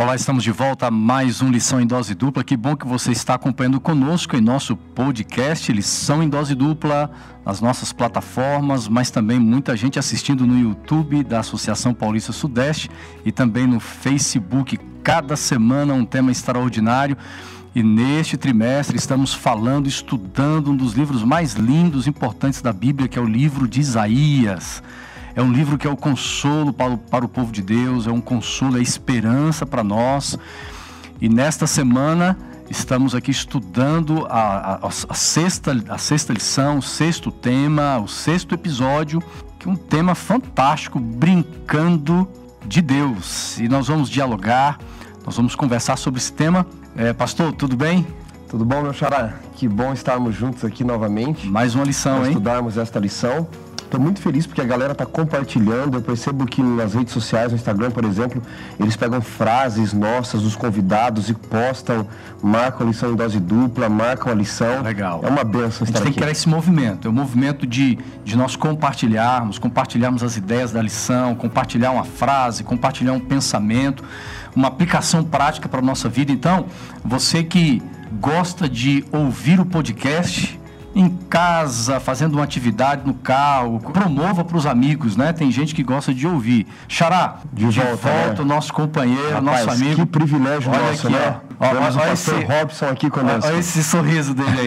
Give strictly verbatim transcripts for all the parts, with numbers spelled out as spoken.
Olá, estamos de volta a mais um Lição em Dose Dupla. Que bom que você está acompanhando conosco em nosso podcast Lição em Dose Dupla, nas nossas plataformas, mas também muita gente assistindo no YouTube da Associação Paulista Sudeste e também no Facebook. Cada semana um tema extraordinário. E neste trimestre estamos falando, estudando um dos livros mais lindos e importantes da Bíblia, que é o livro de Isaías. É um livro que é o consolo para o, para o povo de Deus, é um consolo, é esperança para nós. E nesta semana estamos aqui estudando a, a, a, sexta, a sexta lição, o sexto tema, o sexto episódio, que é um tema fantástico, brincando de Deus. E nós vamos dialogar, nós vamos conversar sobre esse tema. É, pastor, tudo bem? Tudo bom, meu xará? Que bom estarmos juntos aqui novamente. Mais uma lição, hein? Estudarmos esta lição. Estou muito feliz porque a galera está compartilhando. Eu percebo que nas redes sociais, no Instagram, por exemplo, eles pegam frases nossas, dos convidados e postam, marcam a lição em dose dupla, marcam a lição. Legal. É uma bênção estar aqui. A gente tem que criar esse movimento. É o movimento de, de nós compartilharmos, compartilharmos as ideias da lição, compartilhar uma frase, compartilhar um pensamento, uma aplicação prática para a nossa vida. Então, você que gosta de ouvir o podcast em casa, fazendo uma atividade no carro, promova para os amigos, né? Tem gente que gosta de ouvir. Xará, de, de volta, volta né? O nosso companheiro, Rapaz, nosso amigo. Que privilégio olha nosso, aqui, né? Ó, ó, Temos ó, o pastor esse, Robson aqui conosco. Olha esse sorriso dele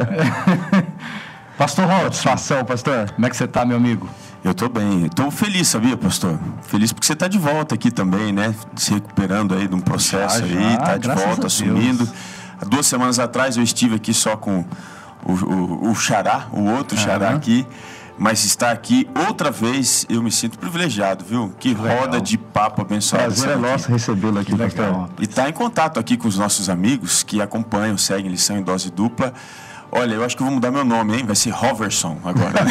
aí. Pastor Robson. Satisfação, pastor. Como é que você está, meu amigo? Eu estou bem, estou feliz, sabia, pastor? Feliz porque você está de volta aqui também, né? Se recuperando aí de um processo já, aí, está de volta, assumindo. Há duas semanas atrás eu estive aqui só com o, o, o Xará, o outro uhum. Xará aqui, mas estar aqui outra vez, eu me sinto privilegiado, viu? Que legal. Roda de papo abençoado. Prazer é nosso recebê-lo aqui, pastor. E estar tá em contato aqui com os nossos amigos que acompanham, seguem Lição em Dose Dupla. Olha, eu acho que eu vou mudar meu nome, hein? Vai ser Roverson agora.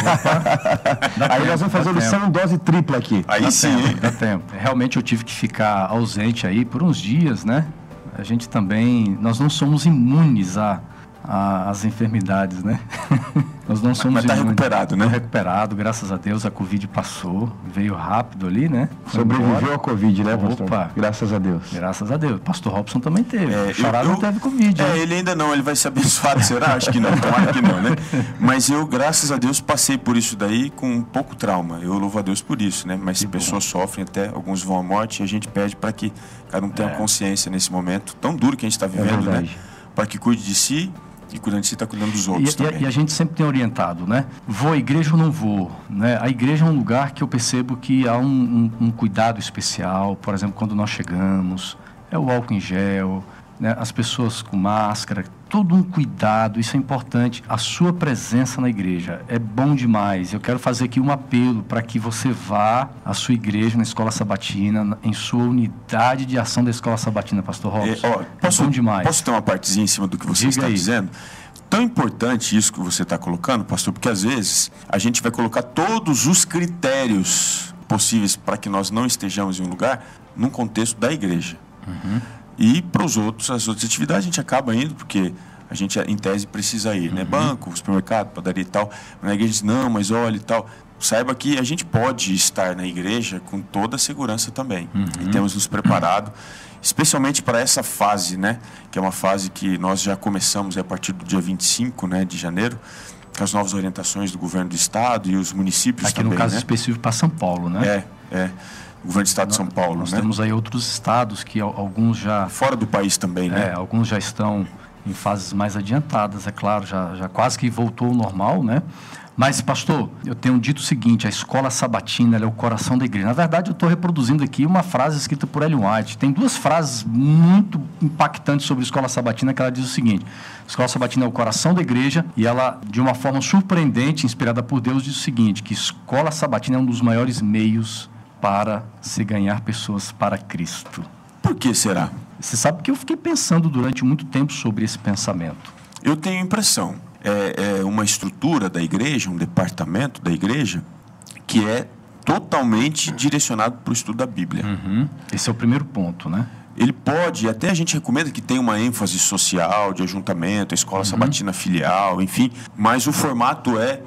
Aí nós vamos fazer lição em dose tripla aqui. Aí dá sim. Tempo, dá tempo. Realmente eu tive que ficar ausente aí por uns dias, né? A gente também, nós não somos imunes a, a, às enfermidades, né? Nós não somos Mas está recuperado, né? Está recuperado, graças a Deus, a Covid passou, veio rápido ali, né? Sobreviveu a Covid, né, pastor? Opa! Graças a Deus. Graças a Deus. Pastor Robson também teve. É, o Xará não teve Covid. É, né? ele ainda não, ele vai ser abençoado, será? Acho que não, tomara que não, né? Mas eu, graças a Deus, passei por isso daí com um pouco trauma. Eu louvo a Deus por isso, né? Mas se pessoas sofrem até, alguns vão à morte, e a gente pede para que cada um tenha é. consciência nesse momento tão duro que a gente está vivendo, é né? Para que cuide de si. E cuidando de si, está cuidando dos outros e, também. E a gente sempre tem orientado, né? Vou à igreja ou não vou? Né? A igreja é um lugar que eu percebo que há um, um, um cuidado especial. Por exemplo, quando nós chegamos, é o álcool em gel, né? As pessoas com máscara, todo um cuidado, isso é importante. A sua presença na igreja é bom demais. Eu quero fazer aqui um apelo para que você vá à sua igreja, na Escola Sabatina, em sua unidade de ação da Escola Sabatina, pastor Robson. É, ó, posso, é bom demais. Posso ter uma partezinha em cima do que você Diga está aí. dizendo? Tão importante isso que você está colocando, pastor, porque às vezes a gente vai colocar todos os critérios possíveis para que nós não estejamos em um lugar num contexto da igreja. Uhum. E para os outros, as outras atividades a gente acaba indo, porque a gente, em tese, precisa ir, né? Uhum. Banco, supermercado, padaria e tal. Na igreja diz, não, mas olha e tal. Saiba que a gente pode estar na igreja com toda a segurança também. Uhum. E temos nos preparado, especialmente para essa fase, né? Que é uma fase que nós já começamos a partir do dia vinte e cinco, né, de janeiro, com as novas orientações do governo do estado e os municípios Aqui também, no caso né? específico para São Paulo, né? É, é. O governo do estado de São Paulo, nós né? Temos aí outros estados que alguns já... Fora do país também, né? É, alguns já estão em fases mais adiantadas, é claro, já, já quase que voltou ao normal, né? Mas, pastor, eu tenho dito o seguinte, a Escola Sabatina ela é o coração da igreja. Na verdade, eu estou reproduzindo aqui uma frase escrita por Ellen White. Tem duas frases muito impactantes sobre a Escola Sabatina, que ela diz o seguinte: a Escola Sabatina é o coração da igreja, e ela, de uma forma surpreendente, inspirada por Deus, diz o seguinte, que a Escola Sabatina é um dos maiores meios para se ganhar pessoas para Cristo. Por que será? Você sabe que eu fiquei pensando durante muito tempo sobre esse pensamento. Eu tenho a impressão, é, é uma estrutura da igreja, um departamento da igreja, que é totalmente direcionado para o estudo da Bíblia. Uhum. Esse é o primeiro ponto, né? Ele pode, até a gente recomenda que tenha uma ênfase social, de ajuntamento, a escola uhum. sabatina filial, enfim, mas o formato é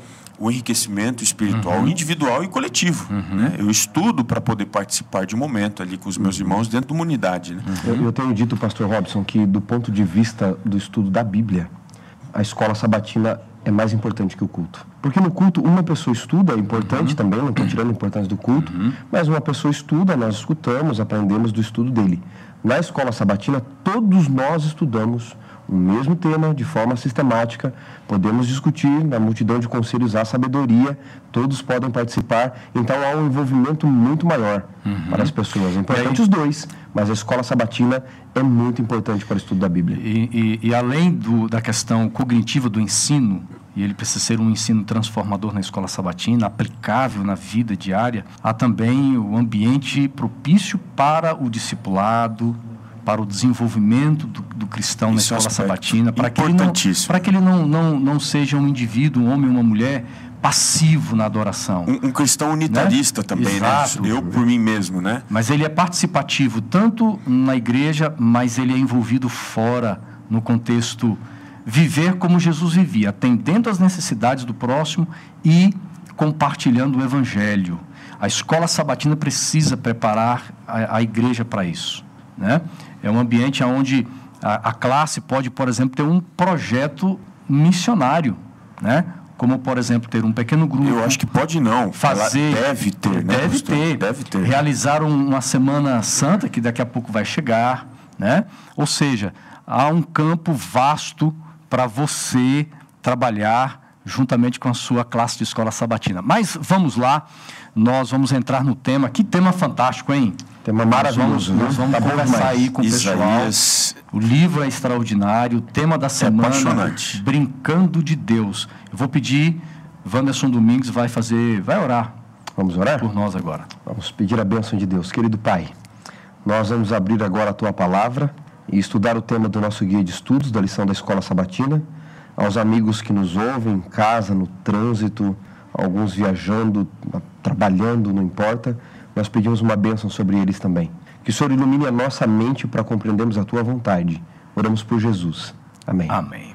o enriquecimento espiritual uhum. individual e coletivo. Uhum. Né? Eu estudo para poder participar de um momento ali com os meus irmãos dentro de uma unidade. Né? Uhum. Eu, eu tenho dito, pastor Robson, que do ponto de vista do estudo da Bíblia, a escola sabatina é mais importante que o culto. Porque no culto, uma pessoa estuda, é importante uhum. também, não estou tirando a importância do culto, uhum. mas uma pessoa estuda, nós escutamos, aprendemos do estudo dele. Na escola sabatina, todos nós estudamos o mesmo tema, de forma sistemática, podemos discutir, na multidão de conselhos há sabedoria, todos podem participar, então há um envolvimento muito maior uhum. para as pessoas. É importante os dois, mas a escola sabatina é muito importante para o estudo da Bíblia. E, e, e além do, da questão cognitiva do ensino, e ele precisa ser um ensino transformador na escola sabatina, aplicável na vida diária, há também o ambiente propício para o discipulado, para o desenvolvimento do, do cristão na escola sabatina, para que ele, não, para que ele não, não, não seja um indivíduo, um homem ou uma mulher passivo na adoração. Um, um cristão unitarista, né? Também, Exato. Né? Eu por mim mesmo, né? Mas ele é participativo tanto na igreja, mas ele é envolvido fora, no contexto viver como Jesus vivia, atendendo às necessidades do próximo e compartilhando o evangelho. A escola sabatina precisa preparar a, a igreja para isso, né? É um ambiente onde a, a classe pode, por exemplo, ter um projeto missionário, né? Como, por exemplo, ter um pequeno grupo. Eu acho que pode não. Fazer. Ela deve ter, né? Deve ter. Deve ter. Realizar um, uma Semana Santa, que daqui a pouco vai chegar, né? Ou seja, há um campo vasto para você trabalhar juntamente com a sua classe de escola sabatina. Mas vamos lá, nós vamos entrar no tema. Que tema fantástico, hein? Tema maravilhoso. Nós vamos, nós vamos tá conversar aí com o pessoal. Isaías. O livro é extraordinário, o tema da semana, é apaixonante. Brincando de Deus. Eu vou pedir, Wanderson Domingues vai fazer, vai orar. Vamos orar? Por nós agora. Vamos pedir a bênção de Deus. Querido Pai, nós vamos abrir agora a Tua Palavra e estudar o tema do nosso guia de estudos, da lição da Escola Sabatina. Aos amigos que nos ouvem em casa, no trânsito, alguns viajando, trabalhando, não importa, nós pedimos uma bênção sobre eles também. Que o Senhor ilumine a nossa mente para compreendermos a Tua vontade. Oramos por Jesus. Amém. Amém.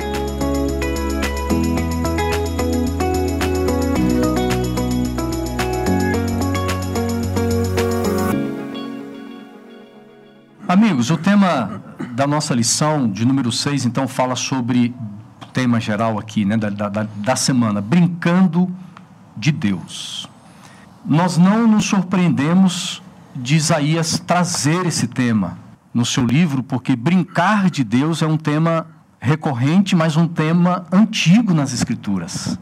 Amigos, o tema da nossa lição de número seis, então, fala sobre o tema geral aqui, né, da, da, da semana, brincando de Deus. Nós não nos surpreendemos de Isaías trazer esse tema no seu livro, porque brincar de Deus é um tema recorrente, mas um tema antigo nas Escrituras,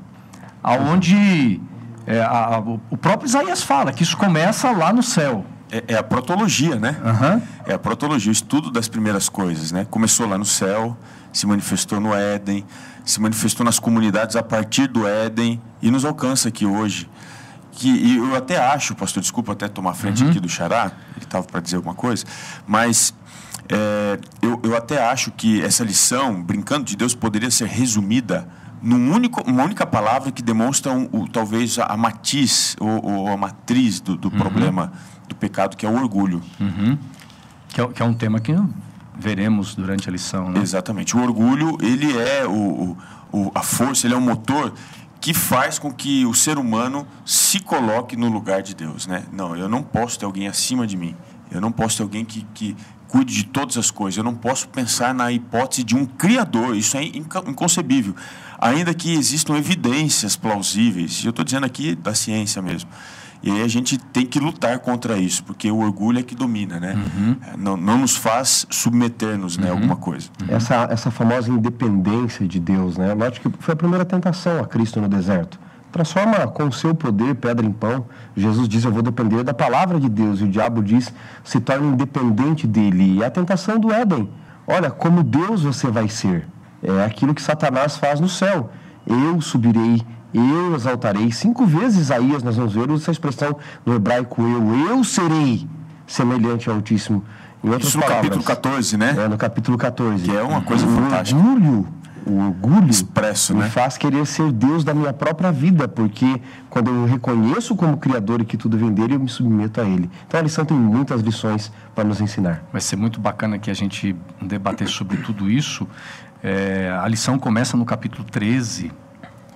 aonde é, a, a, o próprio Isaías fala que isso começa lá no céu. É, é a protologia, né? Uhum. É a protologia, o estudo das primeiras coisas, né? Começou lá no céu, se manifestou no Éden, se manifestou nas comunidades a partir do Éden e nos alcança aqui hoje. Que, e eu até acho, pastor, desculpa até tomar a frente uhum. aqui do Xará, ele estava para dizer alguma coisa, mas é, eu, eu até acho que essa lição, brincando de Deus, poderia ser resumida num único, uma única palavra que demonstra um, o, talvez a, a matiz ou, ou a matriz do, do uhum. problema do pecado, que é o orgulho. Uhum. Que, é, que é um tema que veremos durante a lição, né? Exatamente. O orgulho, ele é o, o, a força, ele é o motor que faz com que o ser humano se coloque no lugar de Deus, né? Não, eu não posso ter alguém acima de mim. Eu não posso ter alguém que, que cuide de todas as coisas. Eu não posso pensar na hipótese de um Criador. Isso é inconcebível. Ainda que existam evidências plausíveis. Eu estou dizendo aqui da ciência mesmo. E aí a gente tem que lutar contra isso, porque o orgulho é que domina, né? Uhum. Não, não nos faz submeter-nos, né, a uhum. alguma coisa. Uhum. Essa, essa famosa independência de Deus, né? Note que foi a primeira tentação a Cristo no deserto. Transforma com o seu poder pedra em pão. Jesus diz, eu vou depender da palavra de Deus. E o diabo diz, se torna independente dele. E a tentação do Éden. Olha, como Deus você vai ser. É aquilo que Satanás faz no céu. Eu subirei, eu exaltarei. Cinco vezes Isaías, nós vamos ver essa expressão no hebraico, eu, eu serei semelhante ao Altíssimo. Em outras Isso no palavras, capítulo catorze, né? É, no capítulo catorze. Que é uma coisa o fantástica. Orgulho, o orgulho expresso, me né? faz querer ser Deus da minha própria vida, porque quando eu reconheço como Criador e que tudo vem dele, eu me submeto a Ele. Então a lição tem muitas lições para nos ensinar. Vai ser muito bacana que a gente debater sobre tudo isso. É, a lição começa no capítulo treze,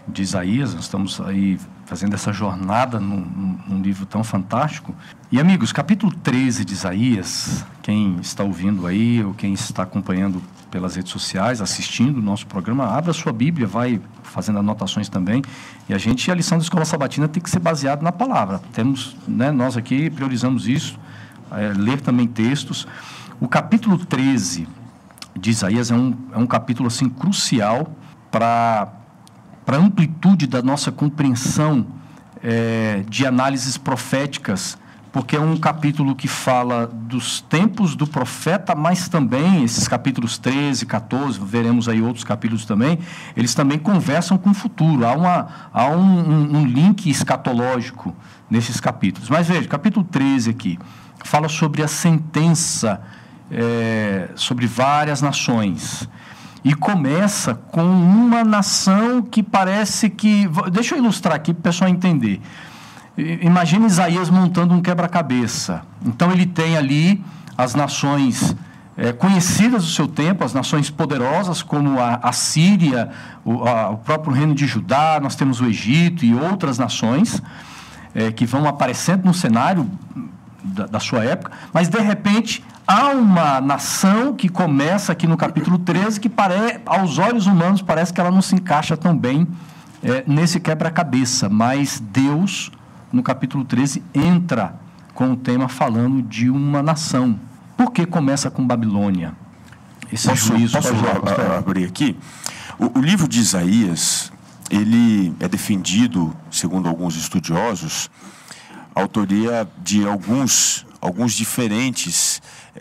de Isaías. Nós estamos aí fazendo essa jornada num, num livro tão fantástico. E, amigos, capítulo treze de Isaías, quem está ouvindo aí ou quem está acompanhando pelas redes sociais, assistindo o nosso programa, abra a sua Bíblia, vai fazendo anotações também. E a gente, a lição da Escola Sabatina tem que ser baseada na palavra. Temos, né, nós aqui priorizamos isso, é, ler também textos. O capítulo treze de Isaías é um, é um capítulo assim, crucial para para a amplitude da nossa compreensão é, de análises proféticas, porque é um capítulo que fala dos tempos do profeta, mas também, esses capítulos treze, catorze, veremos aí outros capítulos também, eles também conversam com o futuro. Há, uma, há um, um, um link escatológico nesses capítulos. Mas veja, capítulo treze aqui, fala sobre a sentença é, sobre várias nações. E começa com uma nação que parece que... Deixa eu ilustrar aqui para o pessoal entender. Imagina Isaías montando um quebra-cabeça. Então ele tem ali as nações é, conhecidas do seu tempo, as nações poderosas como a, a Síria, o, a, o próprio reino de Judá, nós temos o Egito e outras nações é, que vão aparecendo no cenário da, da sua época, mas de repente... Há uma nação que começa aqui no capítulo treze que, pare, aos olhos humanos, parece que ela não se encaixa tão bem é, nesse quebra-cabeça. Mas Deus, no capítulo treze, entra com o tema falando de uma nação. Por que começa com Babilônia? Esse posso, juízo... Posso a, a, abrir aqui? O, o livro de Isaías, ele é defendido, segundo alguns estudiosos, a autoria de alguns, alguns diferentes...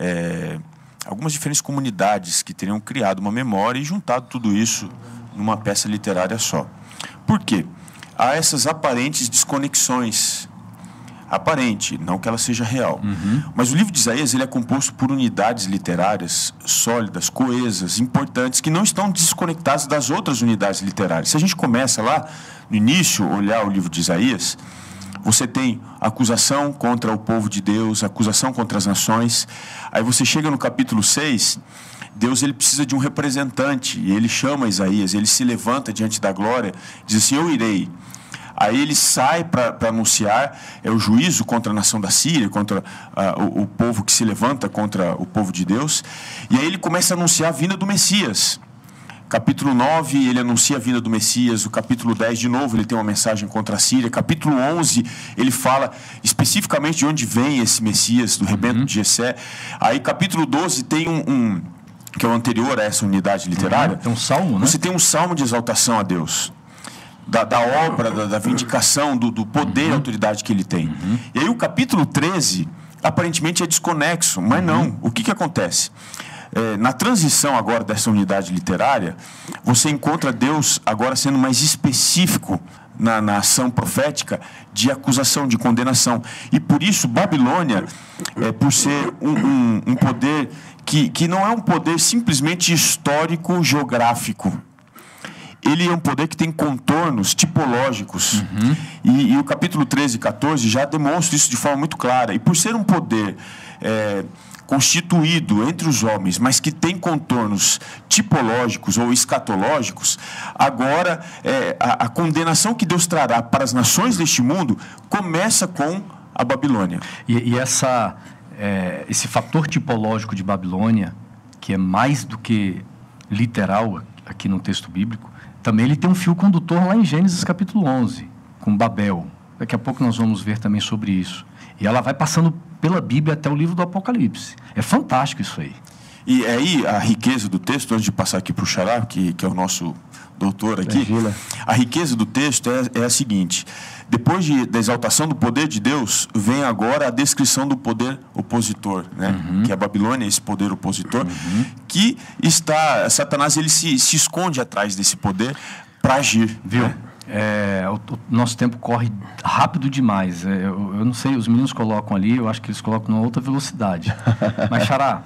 É, algumas diferentes comunidades que teriam criado uma memória e juntado tudo isso numa peça literária só. Por quê? Há essas aparentes desconexões. Aparente, não que ela seja real. Uhum. Mas o livro de Isaías ele é composto por unidades literárias sólidas, coesas, importantes, que não estão desconectadas das outras unidades literárias. Se a gente começa lá, no início, olhar o livro de Isaías... Você tem acusação contra o povo de Deus, acusação contra as nações. Aí você chega no capítulo seis, Deus ele precisa de um representante, e ele chama Isaías, ele se levanta diante da glória, diz assim, eu irei. Aí ele sai para anunciar é, o juízo contra a nação da Síria, contra uh, o, o povo que se levanta contra o povo de Deus. E aí ele começa a anunciar a vinda do Messias. Capítulo nove, ele anuncia a vinda do Messias. O capítulo dez, de novo, ele tem uma mensagem contra a Síria. Capítulo onze, ele fala especificamente de onde vem esse Messias, do rebento uhum. de Jessé. Aí, capítulo doze, tem um, um... que é o anterior a essa unidade literária. Tem um salmo, né? Você tem um salmo de exaltação a Deus. Da, da obra, da, da vindicação, do, do poder uhum. e autoridade que ele tem. Uhum. E aí, o capítulo treze, aparentemente é desconexo. Mas uhum. não. O que que acontece? É, na transição agora dessa unidade literária, você encontra Deus agora sendo mais específico na, na ação profética de acusação, de condenação. E por isso, Babilônia, é, por ser um, um, um poder que, que não é um poder simplesmente histórico, geográfico. Ele é um poder que tem contornos tipológicos. Uhum. E, e o capítulo treze e catorze já demonstra isso de forma muito clara. E por ser um poder... É, constituído entre os homens, mas que tem contornos tipológicos ou escatológicos, agora é, a, a condenação que Deus trará para as nações deste mundo começa com a Babilônia. E, e essa, é, esse fator tipológico de Babilônia, que é mais do que literal aqui no texto bíblico, também ele tem um fio condutor lá em Gênesis capítulo onze, com Babel. Daqui a pouco nós vamos ver também sobre isso. E ela vai passando pela Bíblia até o livro do Apocalipse. É fantástico isso aí. E aí a riqueza do texto, antes de passar aqui para o Xará, que, que é o nosso doutor aqui, Imagina. a riqueza do texto é, é a seguinte: depois de, da exaltação do poder de Deus, vem agora a descrição do poder opositor, né? Uhum. Que é a Babilônia, esse poder opositor, uhum. que está, Satanás ele se, se esconde atrás desse poder para agir. Viu? Né? É, o, o nosso tempo corre rápido demais. É, eu, eu não sei, os meninos colocam ali, eu acho que eles colocam numa outra velocidade. Mas, Xará,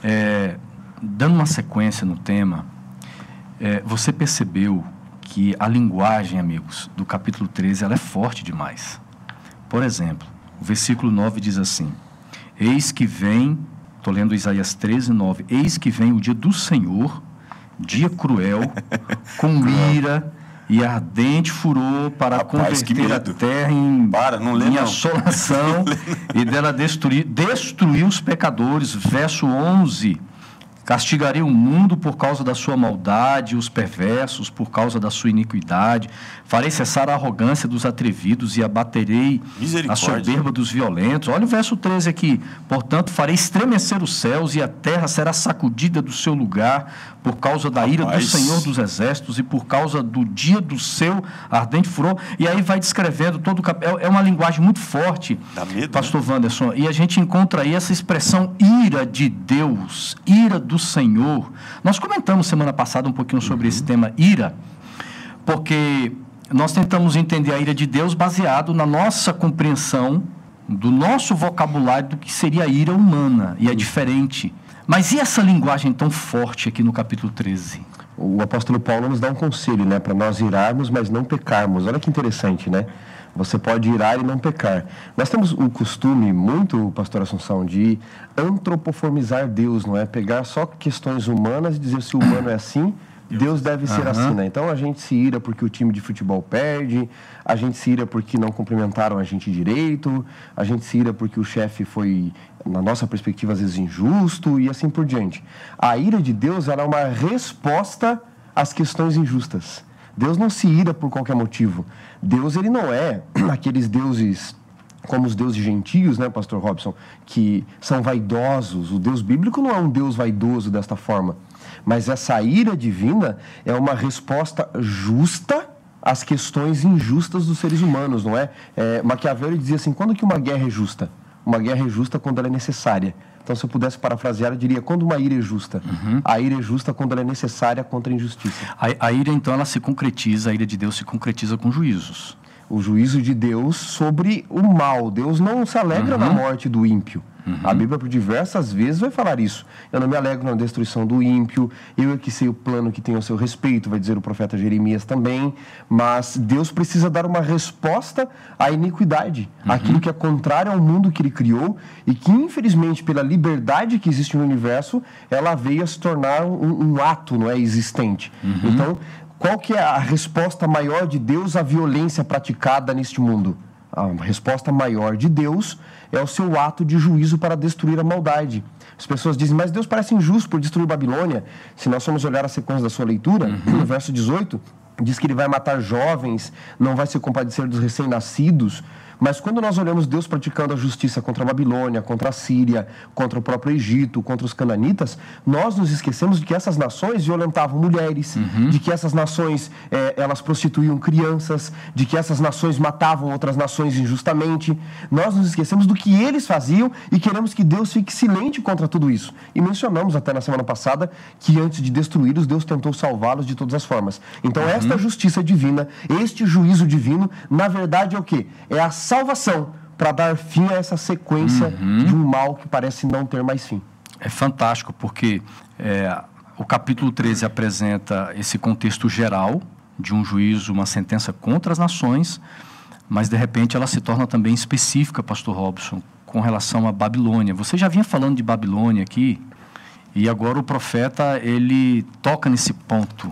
é, dando uma sequência no tema, é, você percebeu que a linguagem, amigos, do capítulo treze, ela é forte demais. Por exemplo, o versículo nove diz assim: eis que vem, estou lendo Isaías treze, nove, eis que vem o dia do Senhor, dia cruel, com ira e ardente furor para Rapaz, converter a terra em, para, não lê, em não. assolação e dela destruir, destruir os pecadores. Verso onze. Castigarei o mundo por causa da sua maldade, os perversos por causa da sua iniquidade. Farei cessar a arrogância dos atrevidos e abaterei a soberba dos violentos. Olha o verso treze aqui. Portanto, farei estremecer os céus e a terra será sacudida do seu lugar por causa da ira Rapaz. do Senhor dos Exércitos e por causa do dia do seu ardente furor. E aí vai descrevendo todo o capítulo. É uma linguagem muito forte, Dá medo, pastor né? Wanderson. E a gente encontra aí essa expressão ira de Deus, ira do Senhor. Nós comentamos semana passada um pouquinho sobre uhum. esse tema ira, porque nós tentamos entender a ira de Deus baseado na nossa compreensão do nosso vocabulário do que seria a ira humana, e é diferente. Mas e essa linguagem tão forte aqui no capítulo treze? O apóstolo Paulo nos dá um conselho, né, para nós irarmos, mas não pecarmos. Olha que interessante, né? Você pode irar e não pecar. Nós temos o costume muito, pastor Assunção, de antropoformizar Deus, não é? Pegar só questões humanas e dizer se o humano é assim, Deus deve ser uhum. assim, né? Então a gente se ira porque o time de futebol perde, a gente se ira porque não cumprimentaram a gente direito, a gente se ira porque o chefe foi, na nossa perspectiva, às vezes injusto e assim por diante. A ira de Deus era uma resposta às questões injustas. Deus não se ira por qualquer motivo. Deus, ele não é aqueles deuses como os deuses gentios, né, pastor Robson, que são vaidosos. O Deus bíblico não é um Deus vaidoso desta forma. Mas essa ira divina é uma resposta justa às questões injustas dos seres humanos, não é? é Maquiavel dizia assim, quando que uma guerra é justa? Uma guerra é justa quando ela é necessária. Então, se eu pudesse parafrasear, eu diria, quando uma ira é justa? Uhum. A ira é justa quando ela é necessária contra a injustiça. A, a ira, então, ela se concretiza, a ira de Deus se concretiza com juízos. O juízo de Deus sobre o mal. Deus não se alegra uhum. na morte do ímpio. Uhum. A Bíblia, por diversas vezes, vai falar isso. Eu não me alegro na destruição do ímpio, eu é que sei o plano que tem ao seu respeito, vai dizer o profeta Jeremias também, mas Deus precisa dar uma resposta à iniquidade, uhum. aquilo que é contrário ao mundo que ele criou e que, infelizmente, pela liberdade que existe no universo, ela veio a se tornar um, um ato, não é, existente. Uhum. Então, qual que é a resposta maior de Deus à violência praticada neste mundo? A resposta maior de Deus é o seu ato de juízo para destruir a maldade. As pessoas dizem, mas Deus parece injusto por destruir Babilônia. Se nós formos olhar a sequência da sua leitura, uhum. no verso dezoito, diz que ele vai matar jovens, não vai se compadecer dos recém-nascidos. Mas quando nós olhamos Deus praticando a justiça contra a Babilônia, contra a Síria, contra o próprio Egito, contra os cananitas, nós nos esquecemos de que essas nações violentavam mulheres, uhum. de que essas nações, eh, elas prostituíam crianças, de que essas nações matavam outras nações injustamente. Nós nos esquecemos do que eles faziam e queremos que Deus fique silente contra tudo isso. E mencionamos até na semana passada que antes de destruí-los, Deus tentou salvá-los de todas as formas. Então uhum. esta justiça divina, este juízo divino, na verdade é o quê? É a salvação para dar fim a essa sequência uhum. de um mal que parece não ter mais fim. É fantástico, porque é, o capítulo treze apresenta esse contexto geral de um juízo, uma sentença contra as nações, mas de repente ela se torna também específica, pastor Robson, com relação à Babilônia. Você já vinha falando de Babilônia aqui, e agora o profeta, ele toca nesse ponto.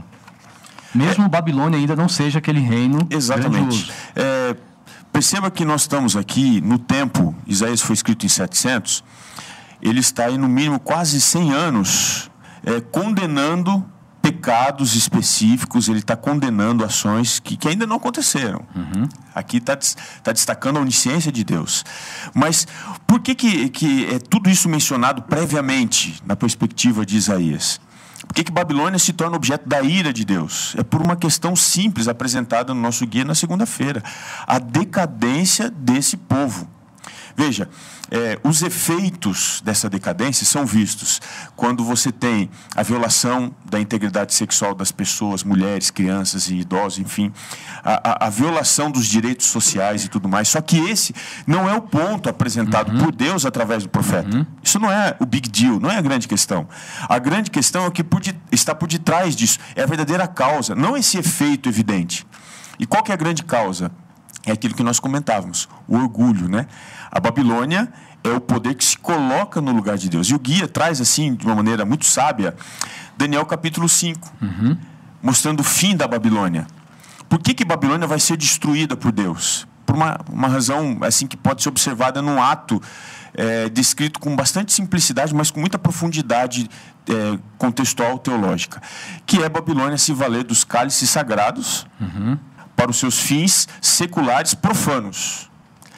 Mesmo é. Babilônia ainda não seja aquele reino Exatamente. grandioso. É... Perceba que nós estamos aqui no tempo, Isaías foi escrito em setecentos, ele está aí no mínimo quase cem anos é, condenando pecados específicos, ele está condenando ações que, que ainda não aconteceram. Uhum. Aqui está tá destacando a onisciência de Deus. Mas por que, que, que é tudo isso mencionado previamente na perspectiva de Isaías? Por que que Babilônia se torna objeto da ira de Deus? É por uma questão simples apresentada no nosso guia na segunda-feira. A decadência desse povo. Veja, é, os efeitos dessa decadência são vistos quando você tem a violação da integridade sexual das pessoas, mulheres, crianças e idosos, enfim, a, a, a violação dos direitos sociais e tudo mais. Só que esse não é o ponto apresentado uhum. por Deus através do profeta. Uhum. Isso não é o big deal, não é a grande questão. A grande questão é o que por de, está por detrás disso, é a verdadeira causa, não esse efeito evidente. E qual que é a grande causa? É aquilo que nós comentávamos, o orgulho, né? A Babilônia é o poder que se coloca no lugar de Deus. E o guia traz, assim, de uma maneira muito sábia, Daniel capítulo cinco, uhum. mostrando o fim da Babilônia. Por que que Babilônia vai ser destruída por Deus? Por uma, uma razão assim que pode ser observada num ato é, descrito com bastante simplicidade, mas com muita profundidade é, contextual teológica, que é Babilônia se valer dos cálices sagrados uhum. para os seus fins seculares profanos.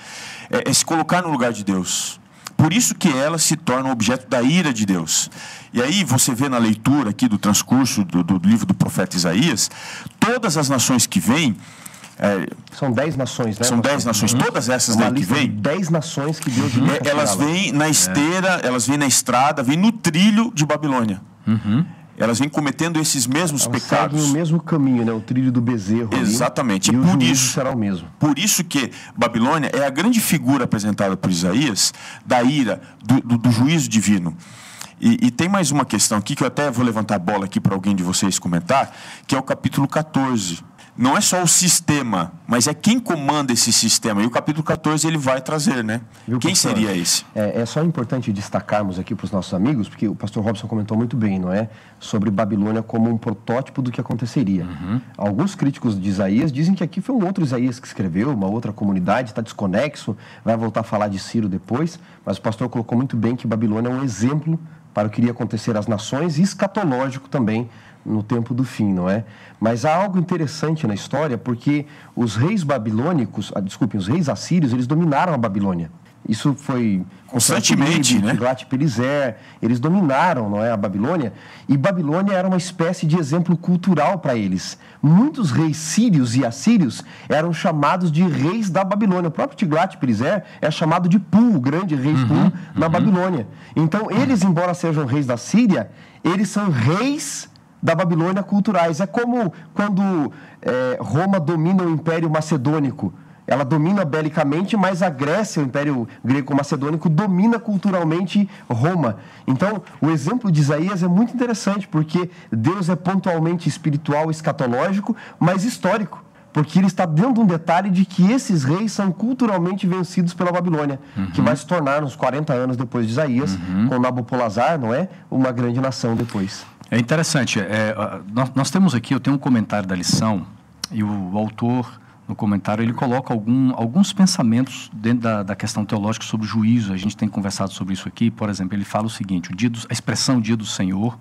É, é se colocar no lugar de Deus. Por isso que ela se torna objeto da ira de Deus. E aí você vê na leitura aqui do transcurso do, do livro do profeta Isaías, todas as nações que vêm, é, são dez nações, né? São dez nações, uhum. todas essas daí que vêm. Dez nações que Deus uhum. é, elas vêm na esteira, é. elas vêm na estrada, vêm no trilho de Babilônia. Uhum. Elas vêm cometendo esses mesmos elas pecados. Seguem o mesmo caminho, né? O trilho do bezerro. Exatamente. Ali, e por o isso será o mesmo. Por isso que Babilônia é a grande figura apresentada por Isaías da ira, do, do, do juízo divino. E, e tem mais uma questão aqui, que eu até vou levantar a bola aqui para alguém de vocês comentar, que é o capítulo catorze. Não é só o sistema, mas é quem comanda esse sistema. E o capítulo catorze ele vai trazer, né? Viu, quem pastor? Seria esse? É, é só importante destacarmos aqui para os nossos amigos, porque o pastor Robson comentou muito bem, não é? Sobre Babilônia como um protótipo do que aconteceria. Uhum. Alguns críticos de Isaías dizem que aqui foi um outro Isaías que escreveu, uma outra comunidade, está desconexo, vai voltar a falar de Ciro depois, mas o pastor colocou muito bem que Babilônia é um exemplo para o que iria acontecer às nações e escatológico também no tempo do fim, não é? Mas há algo interessante na história, porque os reis babilônicos, ah, desculpem, os reis assírios, eles dominaram a Babilônia. Isso foi constantemente, né? Tiglat-Pileser, eles dominaram, não é, a Babilônia, e Babilônia era uma espécie de exemplo cultural para eles. Muitos reis sírios e assírios eram chamados de reis da Babilônia. O próprio Tiglat-Pileser é chamado de Pu, o grande rei uhum, Pu, na uhum. Babilônia. Então, eles, embora sejam reis da Síria, eles são reis da Babilônia culturais. É como quando é, Roma domina o Império Macedônico. Ela domina belicamente, mas a Grécia, o Império Greco-Macedônico, domina culturalmente Roma. Então, o exemplo de Isaías é muito interessante, porque Deus é pontualmente espiritual, escatológico, mas histórico. Porque ele está dando um detalhe de que esses reis são culturalmente vencidos pela Babilônia, uhum. que vai se tornar, uns quarenta anos depois de Isaías, uhum. com Nabopolassar, não é? Uma grande nação depois. É interessante. É, nós, nós temos aqui, eu tenho um comentário da lição, e o autor, no comentário, ele coloca algum, alguns pensamentos dentro da, da questão teológica sobre o juízo. A gente tem conversado sobre isso aqui. Por exemplo, ele fala o seguinte, o dia do, a expressão dia do Senhor,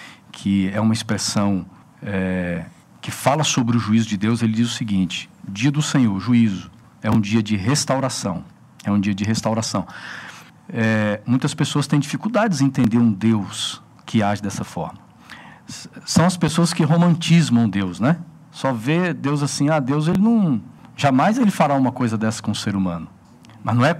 que é uma expressão é, que fala sobre o juízo de Deus, ele diz o seguinte, dia do Senhor, juízo, é um dia de restauração. É um dia de restauração. É, muitas pessoas têm dificuldades em entender um Deus que age dessa forma. São as pessoas que romantizam Deus, né? Só vê Deus assim, ah, Deus, ele não... Jamais ele fará uma coisa dessa com o ser humano. Mas não é...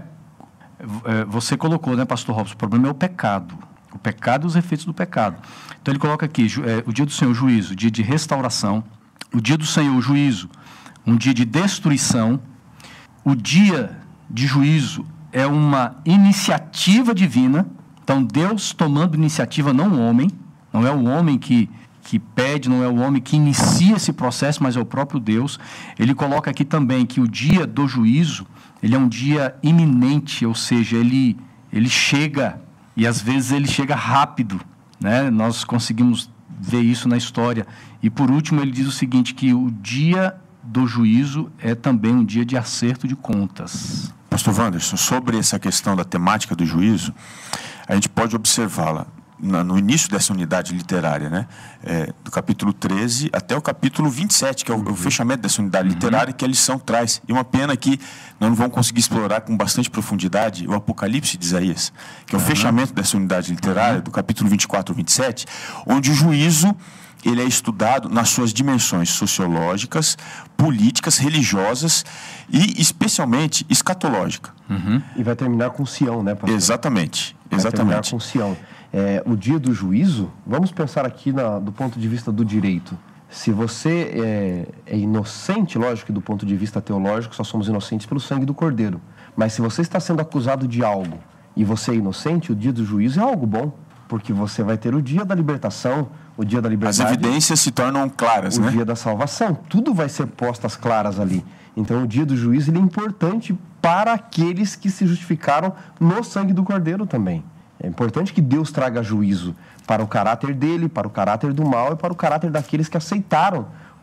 é você colocou, né, pastor Robson? O problema é o pecado. O pecado e os efeitos do pecado. Então ele coloca aqui, é, o dia do Senhor, juízo, dia de restauração. O dia do Senhor, juízo, um dia de destruição. O dia de juízo é uma iniciativa divina. Então Deus tomando iniciativa, não o homem. Não é o homem que, que pede, não é o homem que inicia esse processo, mas é o próprio Deus. Ele coloca aqui também que o dia do juízo, ele é um dia iminente, ou seja, ele, ele chega, e às vezes ele chega rápido, né? Nós conseguimos ver isso na história. E por último ele diz o seguinte, que o dia do juízo é também um dia de acerto de contas. Pastor Wanderson, sobre essa questão da temática do juízo, a gente pode observá-la no início dessa unidade literária, né? É, do capítulo treze até o capítulo vinte e sete, que é o, uhum. o fechamento dessa unidade uhum. literária, que a lição traz. E uma pena que nós não vamos conseguir explorar com bastante profundidade o Apocalipse de Isaías, que é o uhum. fechamento dessa unidade literária, uhum. do capítulo vinte e quatro ao vinte e sete, onde o juízo ele é estudado nas suas dimensões sociológicas, políticas, religiosas e especialmente escatológica. Uhum. E vai terminar com Sião, né, pastor? Exatamente. Vai Exatamente. terminar com Sião. É, o dia do juízo, vamos pensar aqui na, do ponto de vista do direito. Se você é, é inocente, lógico que do ponto de vista teológico, só somos inocentes pelo sangue do Cordeiro. Mas se você está sendo acusado de algo e você é inocente, o dia do juízo é algo bom. Porque você vai ter o dia da libertação, o dia da liberdade. As evidências se tornam claras, o né? O dia da salvação. Tudo vai ser posto às claras ali. Então, o dia do juízo ele é importante para aqueles que se justificaram no sangue do Cordeiro também. É importante que Deus traga juízo para o caráter dele, para o caráter do mal e para o caráter daqueles que aceitaram o,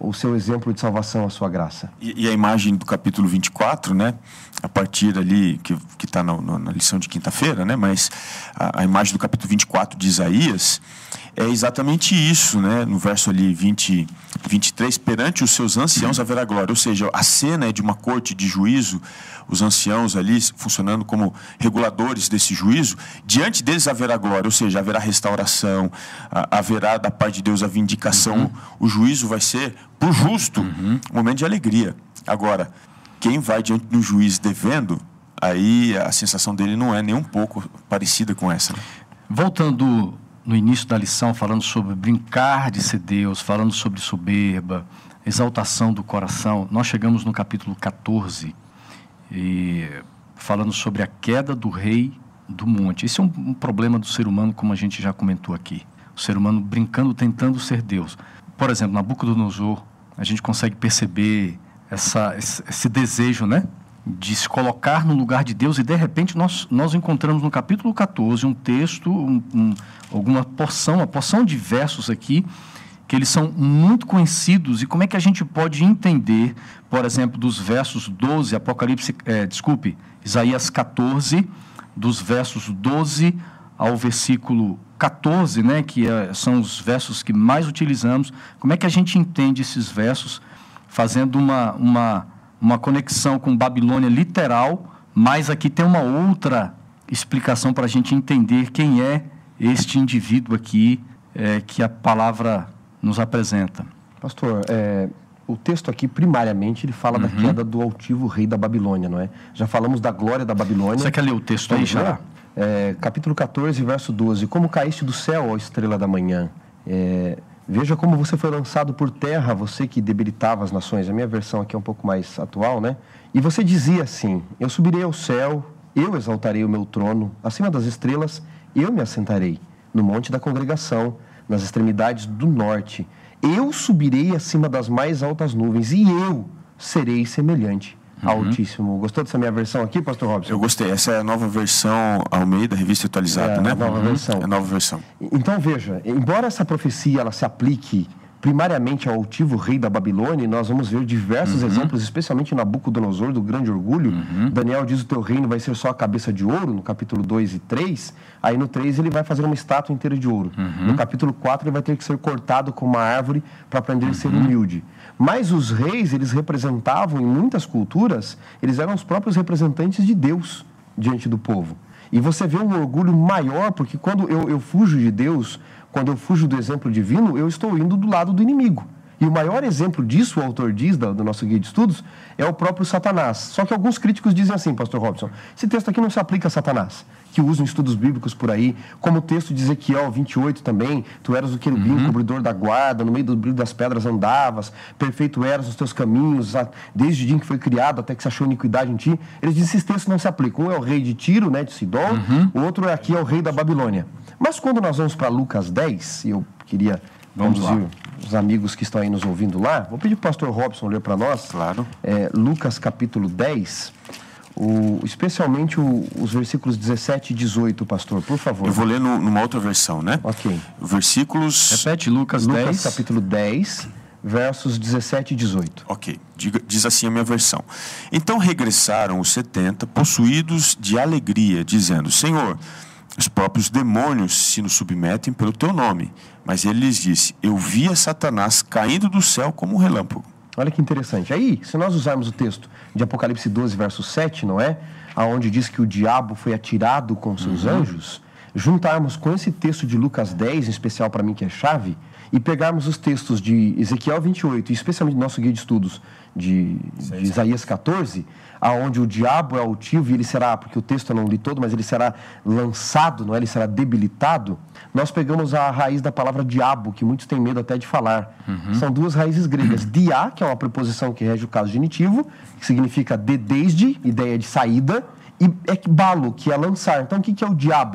o seu exemplo de salvação, a sua graça. E, e a imagem do capítulo vinte e quatro, né? A partir ali, que está na, na lição de quinta-feira, né? Mas a, a imagem do capítulo vinte e quatro de Isaías é exatamente isso, né? No verso ali vinte, vinte e três, perante os seus anciãos haverá glória. Ou seja, a cena é de uma corte de juízo, os anciãos ali funcionando como reguladores desse juízo, diante deles haverá glória, ou seja, haverá restauração, haverá da parte de Deus a vindicação, uhum. o juízo vai ser por justo, uhum. um momento de alegria. Agora, quem vai diante do juiz devendo, aí a sensação dele não é nem um pouco parecida com essa. Né? Voltando no início da lição, falando sobre brincar de ser Deus, falando sobre soberba, exaltação do coração, nós chegamos no capítulo catorze, e falando sobre a queda do rei do monte. Esse é um, um problema do ser humano, como a gente já comentou aqui. O ser humano brincando, tentando ser Deus. Por exemplo, Nabucodonosor, a gente consegue perceber essa, esse, esse desejo, né, de se colocar no lugar de Deus, e de repente nós, nós encontramos no capítulo catorze um texto, um, um, alguma porção, uma porção de versos aqui, que eles são muito conhecidos. E como é que a gente pode entender, por exemplo, dos versos doze, Apocalipse, é, desculpe, Isaías catorze, dos versos doze ao versículo catorze, né, que é, são os versos que mais utilizamos. Como é que a gente entende esses versos, fazendo uma, uma, uma conexão com Babilônia literal, mas aqui tem uma outra explicação para a gente entender quem é este indivíduo aqui, é, que a palavra nos apresenta. Pastor, é, o texto aqui, primariamente, ele fala uhum. da queda do altivo rei da Babilônia, não é? Já falamos da glória da Babilônia. Você quer ler o texto aí, já? É, capítulo catorze, verso doze. Como caíste do céu, ó estrela da manhã. É, veja como você foi lançado por terra, você que debilitava as nações. A minha versão aqui é um pouco mais atual, né? E você dizia assim: eu subirei ao céu, eu exaltarei o meu trono, acima das estrelas, eu me assentarei no monte da congregação, nas extremidades do norte. Eu subirei acima das mais altas nuvens, e eu serei semelhante uhum. ao Altíssimo. Gostou dessa minha versão aqui, pastor Robson? Eu gostei. Essa é a nova versão Almeida, revista atualizada, é, né? A nova uhum. versão. É a nova versão. Então, veja, embora essa profecia ela se aplique primariamente ao altivo rei da Babilônia, nós vamos ver diversos uhum. exemplos, especialmente em Nabucodonosor, do grande orgulho. Uhum. Daniel diz: o teu reino vai ser só a cabeça de ouro, no capítulo dois e três. Aí no três ele vai fazer uma estátua inteira de ouro. Uhum. No capítulo quatro ele vai ter que ser cortado com uma árvore para aprender uhum. a ser humilde. Mas os reis, eles representavam, em muitas culturas, eles eram os próprios representantes de Deus diante do povo. E você vê um orgulho maior, porque quando eu, eu fujo de Deus, quando eu fujo do exemplo divino, eu estou indo do lado do inimigo. E o maior exemplo disso, o autor diz, do, do nosso guia de estudos, é o próprio Satanás. Só que alguns críticos dizem assim, pastor Robson, esse texto aqui não se aplica a Satanás, que usam estudos bíblicos por aí, como o texto de Ezequiel vinte e oito também: tu eras o querubim, uhum. cobridor da guarda, no meio do brilho das pedras andavas, perfeito eras os teus caminhos, desde o dia em que foi criado até que se achou iniquidade em ti. Eles dizem que esses textos não se aplicam. Um é o rei de Tiro, né, de Sidom, uhum. o outro é aqui é o rei da Babilônia. Mas quando nós vamos para Lucas dez, e eu queria vamos conduzir lá. os amigos que estão aí nos ouvindo lá, vou pedir para o pastor Robson ler para nós. Claro. É, Lucas capítulo dez, o, especialmente o, os versículos dezessete e dezoito, pastor, por favor. Eu vou ler no, numa outra versão, né? Ok. Versículos... Repete, Lucas, Lucas dez. capítulo dez, versos dezessete e dezoito. Ok, Diga, diz assim a minha versão. Então regressaram os setenta, possuídos de alegria, dizendo: Senhor, os próprios demônios se nos submetem pelo teu nome. Mas ele lhes disse: eu via Satanás caindo do céu como um relâmpago. Olha que interessante. Aí, se nós usarmos o texto de Apocalipse doze, verso sete, não é? Aonde diz que o diabo foi atirado com seus uhum. anjos, juntarmos com esse texto de Lucas dez, em especial para mim que é chave, e pegarmos os textos de Ezequiel vinte e oito, e especialmente nosso guia de estudos de, de Isaías catorze, aonde o diabo é altivo e ele será, porque o texto eu não li todo, mas ele será lançado, não é? Ele será debilitado. Nós pegamos a raiz da palavra diabo, que muitos têm medo até de falar. Uhum. São duas raízes gregas. Dia, que é uma preposição que rege o caso genitivo, que significa de desde, ideia de saída, e ekbalo, que é lançar. Então, o que é o diabo, o diabalo?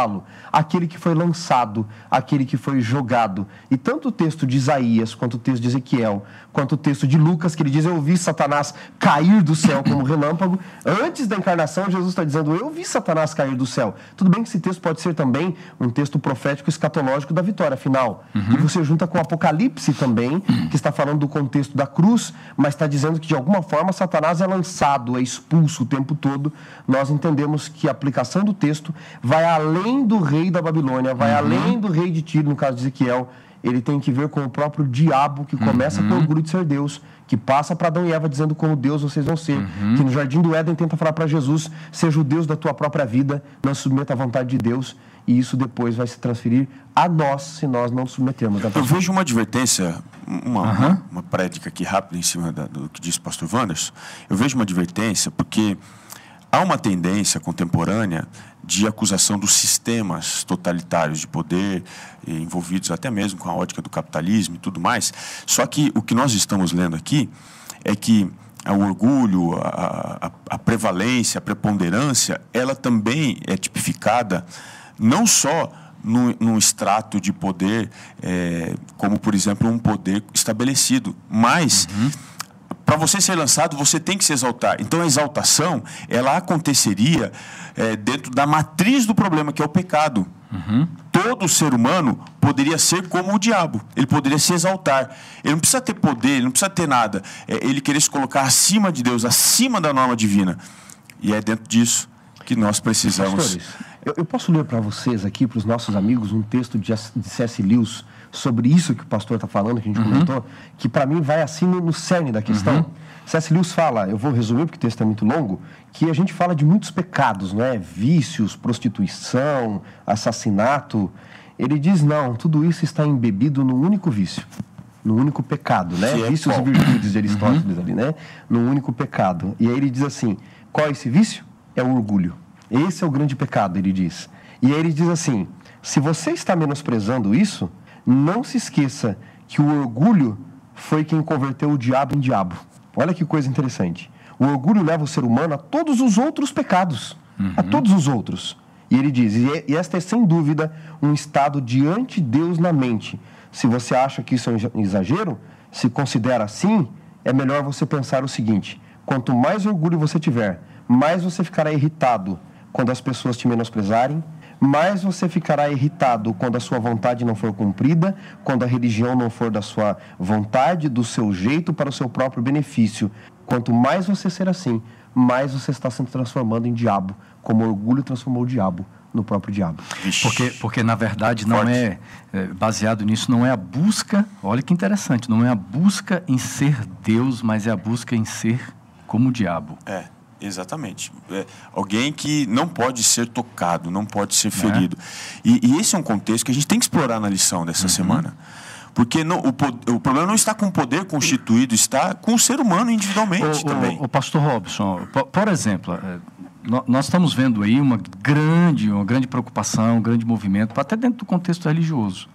falo? Aquele que foi lançado, aquele que foi jogado. E tanto o texto de Isaías, quanto o texto de Ezequiel, quanto o texto de Lucas, que ele diz, eu vi Satanás cair do céu como relâmpago. Antes da encarnação, Jesus está dizendo, eu vi Satanás cair do céu. Tudo bem que esse texto pode ser também um texto profético escatológico da vitória final. Uhum. Que você junta com o Apocalipse também, que está falando do contexto da cruz, mas está dizendo que de alguma forma Satanás é lançado, é expulso o tempo todo. Nós entendemos que a aplicação do texto vai além do rei da Babilônia, vai uhum. além do rei de Tiro, no caso de Ezequiel. Ele tem que ver com o próprio diabo, que começa uhum. com o orgulho de ser Deus, que passa para Adão e Eva dizendo como Deus vocês vão ser, uhum. que no Jardim do Éden tenta falar para Jesus, seja o Deus da tua própria vida, não se submeta à vontade de Deus, e isso depois vai se transferir a nós, se nós não nos submetermos. Eu vejo uma advertência, uma, uhum. uma, uma prédica aqui rápida em cima da, do que disse o pastor Wanderson. Eu vejo uma advertência porque há uma tendência contemporânea de acusação dos sistemas totalitários de poder, envolvidos até mesmo com a ótica do capitalismo e tudo mais. Só que o que nós estamos lendo aqui é que o orgulho, a, a, a prevalência, a preponderância, ela também é tipificada não só num, num extrato de poder, é, como, por exemplo, um poder estabelecido, mas... Uhum. Para você ser lançado, você tem que se exaltar. Então, a exaltação, ela aconteceria é, dentro da matriz do problema, que é o pecado. Uhum. Todo ser humano poderia ser como o diabo. Ele poderia se exaltar. Ele não precisa ter poder, ele não precisa ter nada. É, ele querer se colocar acima de Deus, acima da norma divina. E é dentro disso que nós precisamos... Pastores, eu, eu posso ler para vocês aqui, para os nossos amigos, um texto de, de C S Lewis, sobre isso que o pastor está falando, que a gente uhum. comentou, que para mim vai assim no, no cerne da questão. Uhum. C S Lewis fala, eu vou resumir porque o texto é muito longo, que a gente fala de muitos pecados, não é? Vícios, prostituição, assassinato. Ele diz, não, tudo isso está embebido num único vício, num único pecado, né? É Vícios bom. e virtudes de Aristóteles uhum. ali, né? Num único pecado. E aí ele diz assim, qual é esse vício? É o orgulho. Esse é o grande pecado, ele diz. E aí ele diz assim, se você está menosprezando isso, não se esqueça que o orgulho foi quem converteu o diabo em diabo. Olha que coisa interessante. O orgulho leva o ser humano a todos os outros pecados. Uhum. A todos os outros. E ele diz, e esta é sem dúvida um estado diante de Deus na mente. Se você acha que isso é um exagero, se considera assim, é melhor você pensar o seguinte, quanto mais orgulho você tiver, mais você ficará irritado quando as pessoas te menosprezarem, mais você ficará irritado quando a sua vontade não for cumprida, quando a religião não for da sua vontade, do seu jeito, para o seu próprio benefício. Quanto mais você ser assim, mais você está se transformando em diabo, como o orgulho transformou o diabo no próprio diabo. Porque, porque na verdade, não é, é, baseado nisso, não é a busca, olha que interessante, não é a busca em ser Deus, mas é a busca em ser como o diabo. É. Exatamente. É, alguém que não pode ser tocado, não pode ser ferido. É. E, e esse é um contexto que a gente tem que explorar na lição dessa uhum. semana. Porque não, o, o problema não está com o poder constituído, está com o ser humano individualmente o, também. O, o pastor Robson, por, por exemplo, é, nós estamos vendo aí uma grande, uma grande preocupação, um grande movimento, até dentro do contexto religioso,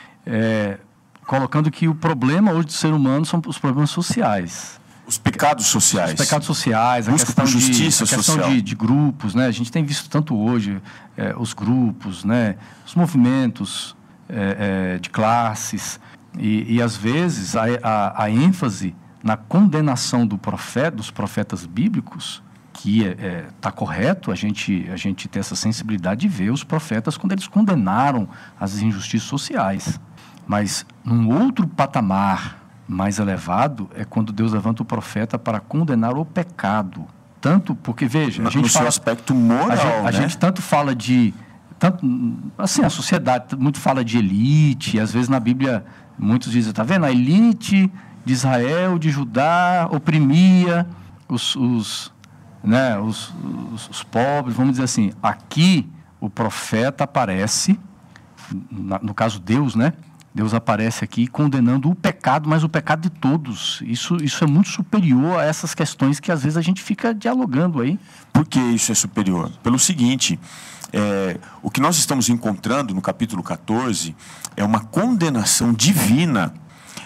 é, colocando que o problema hoje do ser humano são os problemas sociais. Os pecados sociais. Os pecados sociais, a Busca questão, por justiça de, a questão social. de, de grupos, né? A gente tem visto tanto hoje é, os grupos, né? Os movimentos é, é, de classes e, e às vezes a, a, a ênfase na condenação do profeta, dos profetas bíblicos, que está é, é, correto a gente, a gente ter essa sensibilidade de ver os profetas quando eles condenaram as injustiças sociais. Mas num outro patamar mais elevado é quando Deus levanta o profeta para condenar o pecado. Tanto porque, veja, a gente no fala, seu aspecto moral, a gente, a né? gente tanto fala de... Tanto, assim, a sociedade muito fala de elite, e às vezes na Bíblia muitos dizem, está vendo? A elite de Israel, de Judá, oprimia os, os, né, os, os, os pobres, vamos dizer assim. Aqui o profeta aparece, na, no caso Deus, né? Deus aparece aqui condenando o pecado, mas o pecado de todos. Isso, isso é muito superior a essas questões que às vezes a gente fica dialogando aí. Por que isso é superior? Pelo seguinte, é, o que nós estamos encontrando no capítulo catorze é uma condenação divina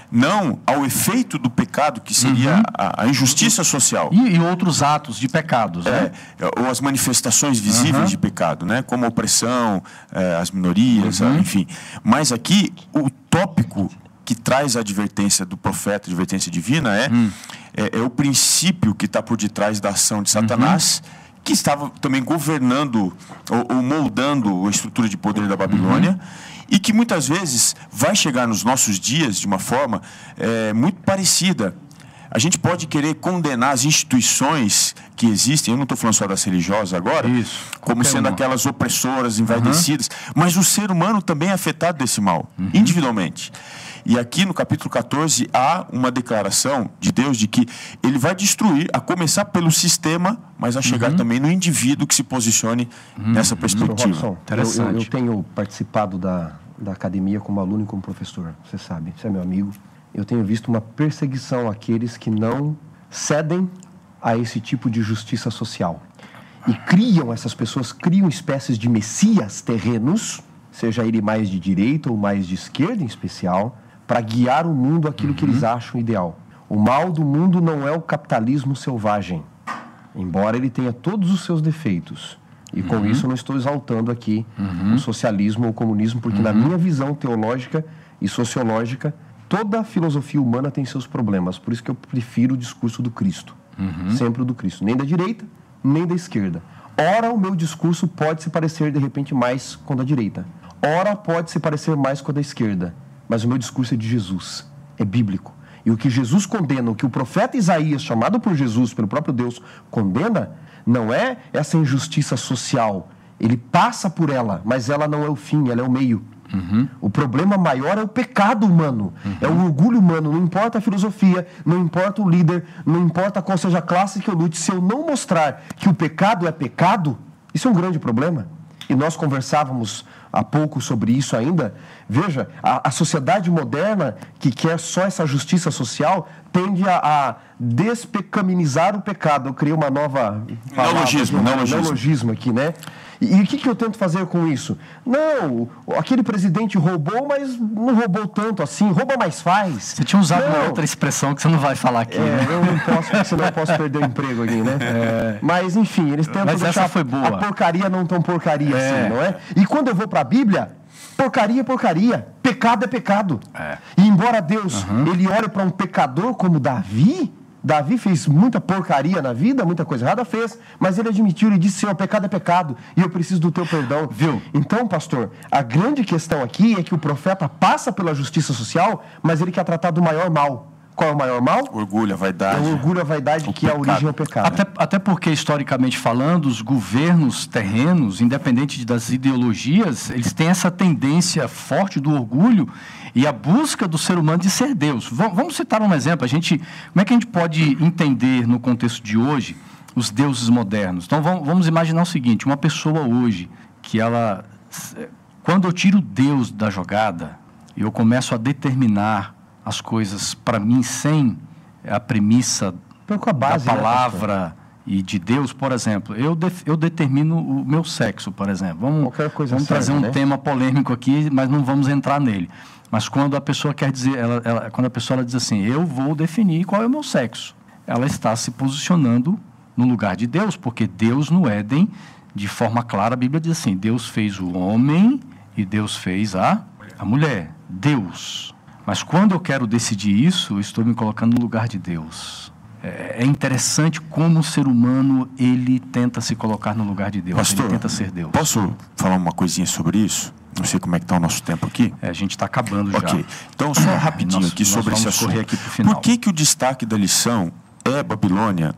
não ao efeito do pecado, que seria uhum. a, a injustiça social. E, e outros atos de pecados, né? É, ou as manifestações visíveis uhum. de pecado, né? Como a opressão, é, as minorias, uhum. enfim. Mas aqui, o tópico que traz a advertência do profeta, a advertência divina, é, uhum. é, é o princípio que está por detrás da ação de Satanás, uhum. que estava também governando ou, ou moldando a estrutura de poder da Babilônia, uhum. e que muitas vezes vai chegar nos nossos dias de uma forma é, muito parecida. A gente pode querer condenar as instituições que existem, eu não estou falando só das religiosas agora, Isso, como sendo uma. aquelas opressoras, envaidecidas, uhum. mas o ser humano também é afetado desse mal, uhum. individualmente. E aqui no capítulo catorze há uma declaração de Deus de que ele vai destruir, a começar pelo sistema, mas a chegar uhum. também no indivíduo que se posicione uhum. nessa perspectiva. Robson, Interessante. Eu, eu, eu tenho participado da, da academia como aluno e como professor, você sabe, você é meu amigo. Eu tenho visto uma perseguição àqueles que não cedem a esse tipo de justiça social. E criam, essas pessoas criam espécies de messias terrenos, seja ele mais de direita ou mais de esquerda em especial, para guiar o mundo àquilo uhum. que eles acham ideal. O mal do mundo não é o capitalismo selvagem, embora ele tenha todos os seus defeitos. E com uhum. isso eu não estou exaltando aqui uhum. o socialismo ou o comunismo, porque uhum. na minha visão teológica e sociológica, toda a filosofia humana tem seus problemas. Por isso que eu prefiro o discurso do Cristo. Uhum. Sempre o do Cristo. Nem da direita, nem da esquerda. Ora, o meu discurso pode se parecer, de repente, mais com a da direita. Ora, pode se parecer mais com a da esquerda. Mas o meu discurso é de Jesus, é bíblico. E o que Jesus condena, o que o profeta Isaías, chamado por Jesus, pelo próprio Deus, condena, não é essa injustiça social. Ele passa por ela, mas ela não é o fim, ela é o meio. Uhum. O problema maior é o pecado humano, uhum. é o orgulho humano. Não importa a filosofia, não importa o líder, não importa qual seja a classe que eu lute. Se eu não mostrar que o pecado é pecado, isso é um grande problema. E nós conversávamos há pouco sobre isso ainda. Veja, a, a sociedade moderna que quer só essa justiça social tende a, a despecaminizar o pecado. Eu criei uma nova palavra, neologismo, um neologismo. neologismo aqui, né? E, e o que, que eu tento fazer com isso? Não, aquele presidente roubou, mas não roubou tanto assim. Rouba, mais faz. Você tinha usado não. uma outra expressão que você não vai falar aqui. É, né? eu não posso, porque senão eu posso perder o emprego aqui, né? É. Mas, enfim, eles tentam mas deixar essa foi boa. a porcaria não tão porcaria é. assim, não é? E quando eu vou para a Bíblia, porcaria é porcaria. Pecado é pecado. É. E embora Deus, uhum. ele olhe para um pecador como Davi... Davi fez muita porcaria na vida, muita coisa errada fez, mas ele admitiu, ele disse, Senhor, pecado é pecado, e eu preciso do teu perdão. Viu? Então, pastor, a grande questão aqui é que o profeta passa pela justiça social, mas ele quer tratar do maior mal. Qual é o maior mal? Orgulho, a vaidade. É o orgulho, a vaidade, que é a origem ao pecado. Até, até porque, historicamente falando, os governos terrenos, independente das ideologias, eles têm essa tendência forte do orgulho e a busca do ser humano de ser Deus. V- vamos citar um exemplo. A gente, como é que a gente pode entender, no contexto de hoje, os deuses modernos? Então, vamos, vamos imaginar o seguinte, uma pessoa hoje, que ela... Quando eu tiro Deus da jogada, e eu começo a determinar as coisas para mim sem a premissa a base, da palavra, né, e de Deus, por exemplo, eu, de, eu determino o meu sexo, por exemplo. Vamos, Qualquer coisa vamos serve, trazer um né? tema polêmico aqui, mas não vamos entrar nele. Mas quando a pessoa quer dizer, ela, ela, quando a pessoa ela diz assim, eu vou definir qual é o meu sexo, ela está se posicionando no lugar de Deus, porque Deus no Éden, de forma clara, a Bíblia diz assim, Deus fez o homem e Deus fez a, a mulher. Deus. Mas quando eu quero decidir isso, eu estou me colocando no lugar de Deus. É, é interessante como o ser humano, ele tenta se colocar no lugar de Deus. Pastor, ele tenta ser Deus. Posso falar uma coisinha sobre isso? Não sei como é que está o nosso tempo aqui. É, a gente está acabando já. Ok. Então, só rapidinho nós, aqui sobre nós esse vamos assunto. correr aqui pro final. Por que, que o destaque da lição é Babilônia,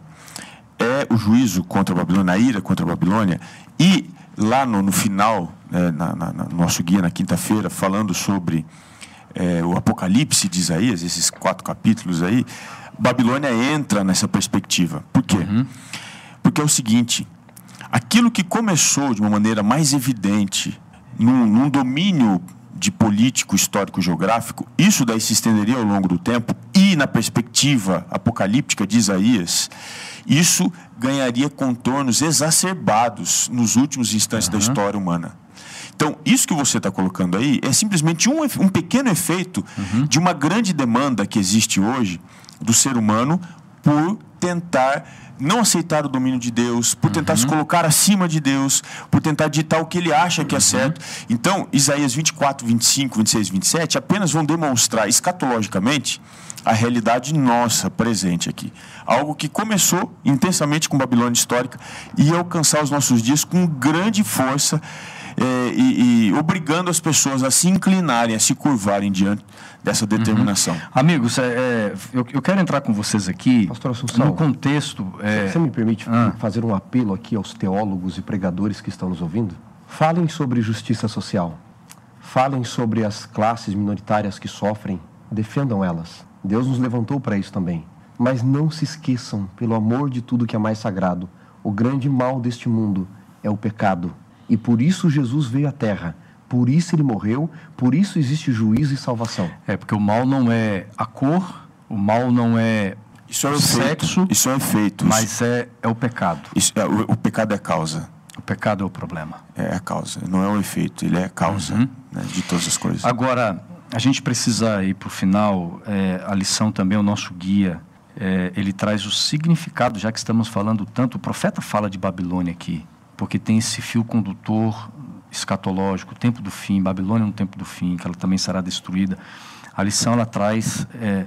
é o juízo contra a Babilônia, a ira contra a Babilônia, e lá no, no final, é, na, na, no nosso guia na quinta-feira, falando sobre é, o Apocalipse de Isaías, esses quatro capítulos aí, Babilônia entra nessa perspectiva. Por quê? Uhum. Porque é o seguinte, aquilo que começou de uma maneira mais evidente num, num domínio de político, histórico, geográfico, isso daí se estenderia ao longo do tempo e na perspectiva apocalíptica de Isaías, isso ganharia contornos exacerbados nos últimos instantes uhum. da história humana. Então, isso que você está colocando aí é simplesmente um, um pequeno efeito uhum. de uma grande demanda que existe hoje do ser humano por tentar não aceitar o domínio de Deus, por tentar uhum. se colocar acima de Deus, por tentar ditar o que ele acha que é certo. Então, Isaías vinte e quatro, vinte e cinco, vinte e seis, vinte e sete apenas vão demonstrar escatologicamente a realidade nossa, presente aqui. Algo que começou intensamente com Babilônia histórica e ia alcançar os nossos dias com grande força, é, e, e obrigando as pessoas a se inclinarem, a se curvarem diante dessa determinação. Uhum. Amigos, é, é, eu, eu quero entrar com vocês aqui Pastor Assunção, no contexto... É... Você me permite ah. fazer um apelo aqui aos teólogos e pregadores que estão nos ouvindo? Falem sobre justiça social. Falem sobre as classes minoritárias que sofrem. Defendam elas. Deus nos levantou para isso também. Mas não se esqueçam, pelo amor de tudo que é mais sagrado, o grande mal deste mundo é o pecado. E por isso Jesus veio à Terra. Por isso ele morreu, por isso existe juízo e salvação. É, porque o mal não é a cor, o mal não é isso é o efeito, sexo, isso é efeito. Mas é, é o pecado. Isso é, o, o pecado é a causa. O pecado é o problema. É a causa, não é o efeito, ele é a causa uhum. né, de todas as coisas. Agora, a gente precisa ir para o final, é, a lição também, o nosso guia, é, ele traz o significado, já que estamos falando tanto, o profeta fala de Babilônia aqui, porque tem esse fio condutor escatológico, o tempo do fim, Babilônia no tempo do fim, que ela também será destruída. A lição, ela traz é,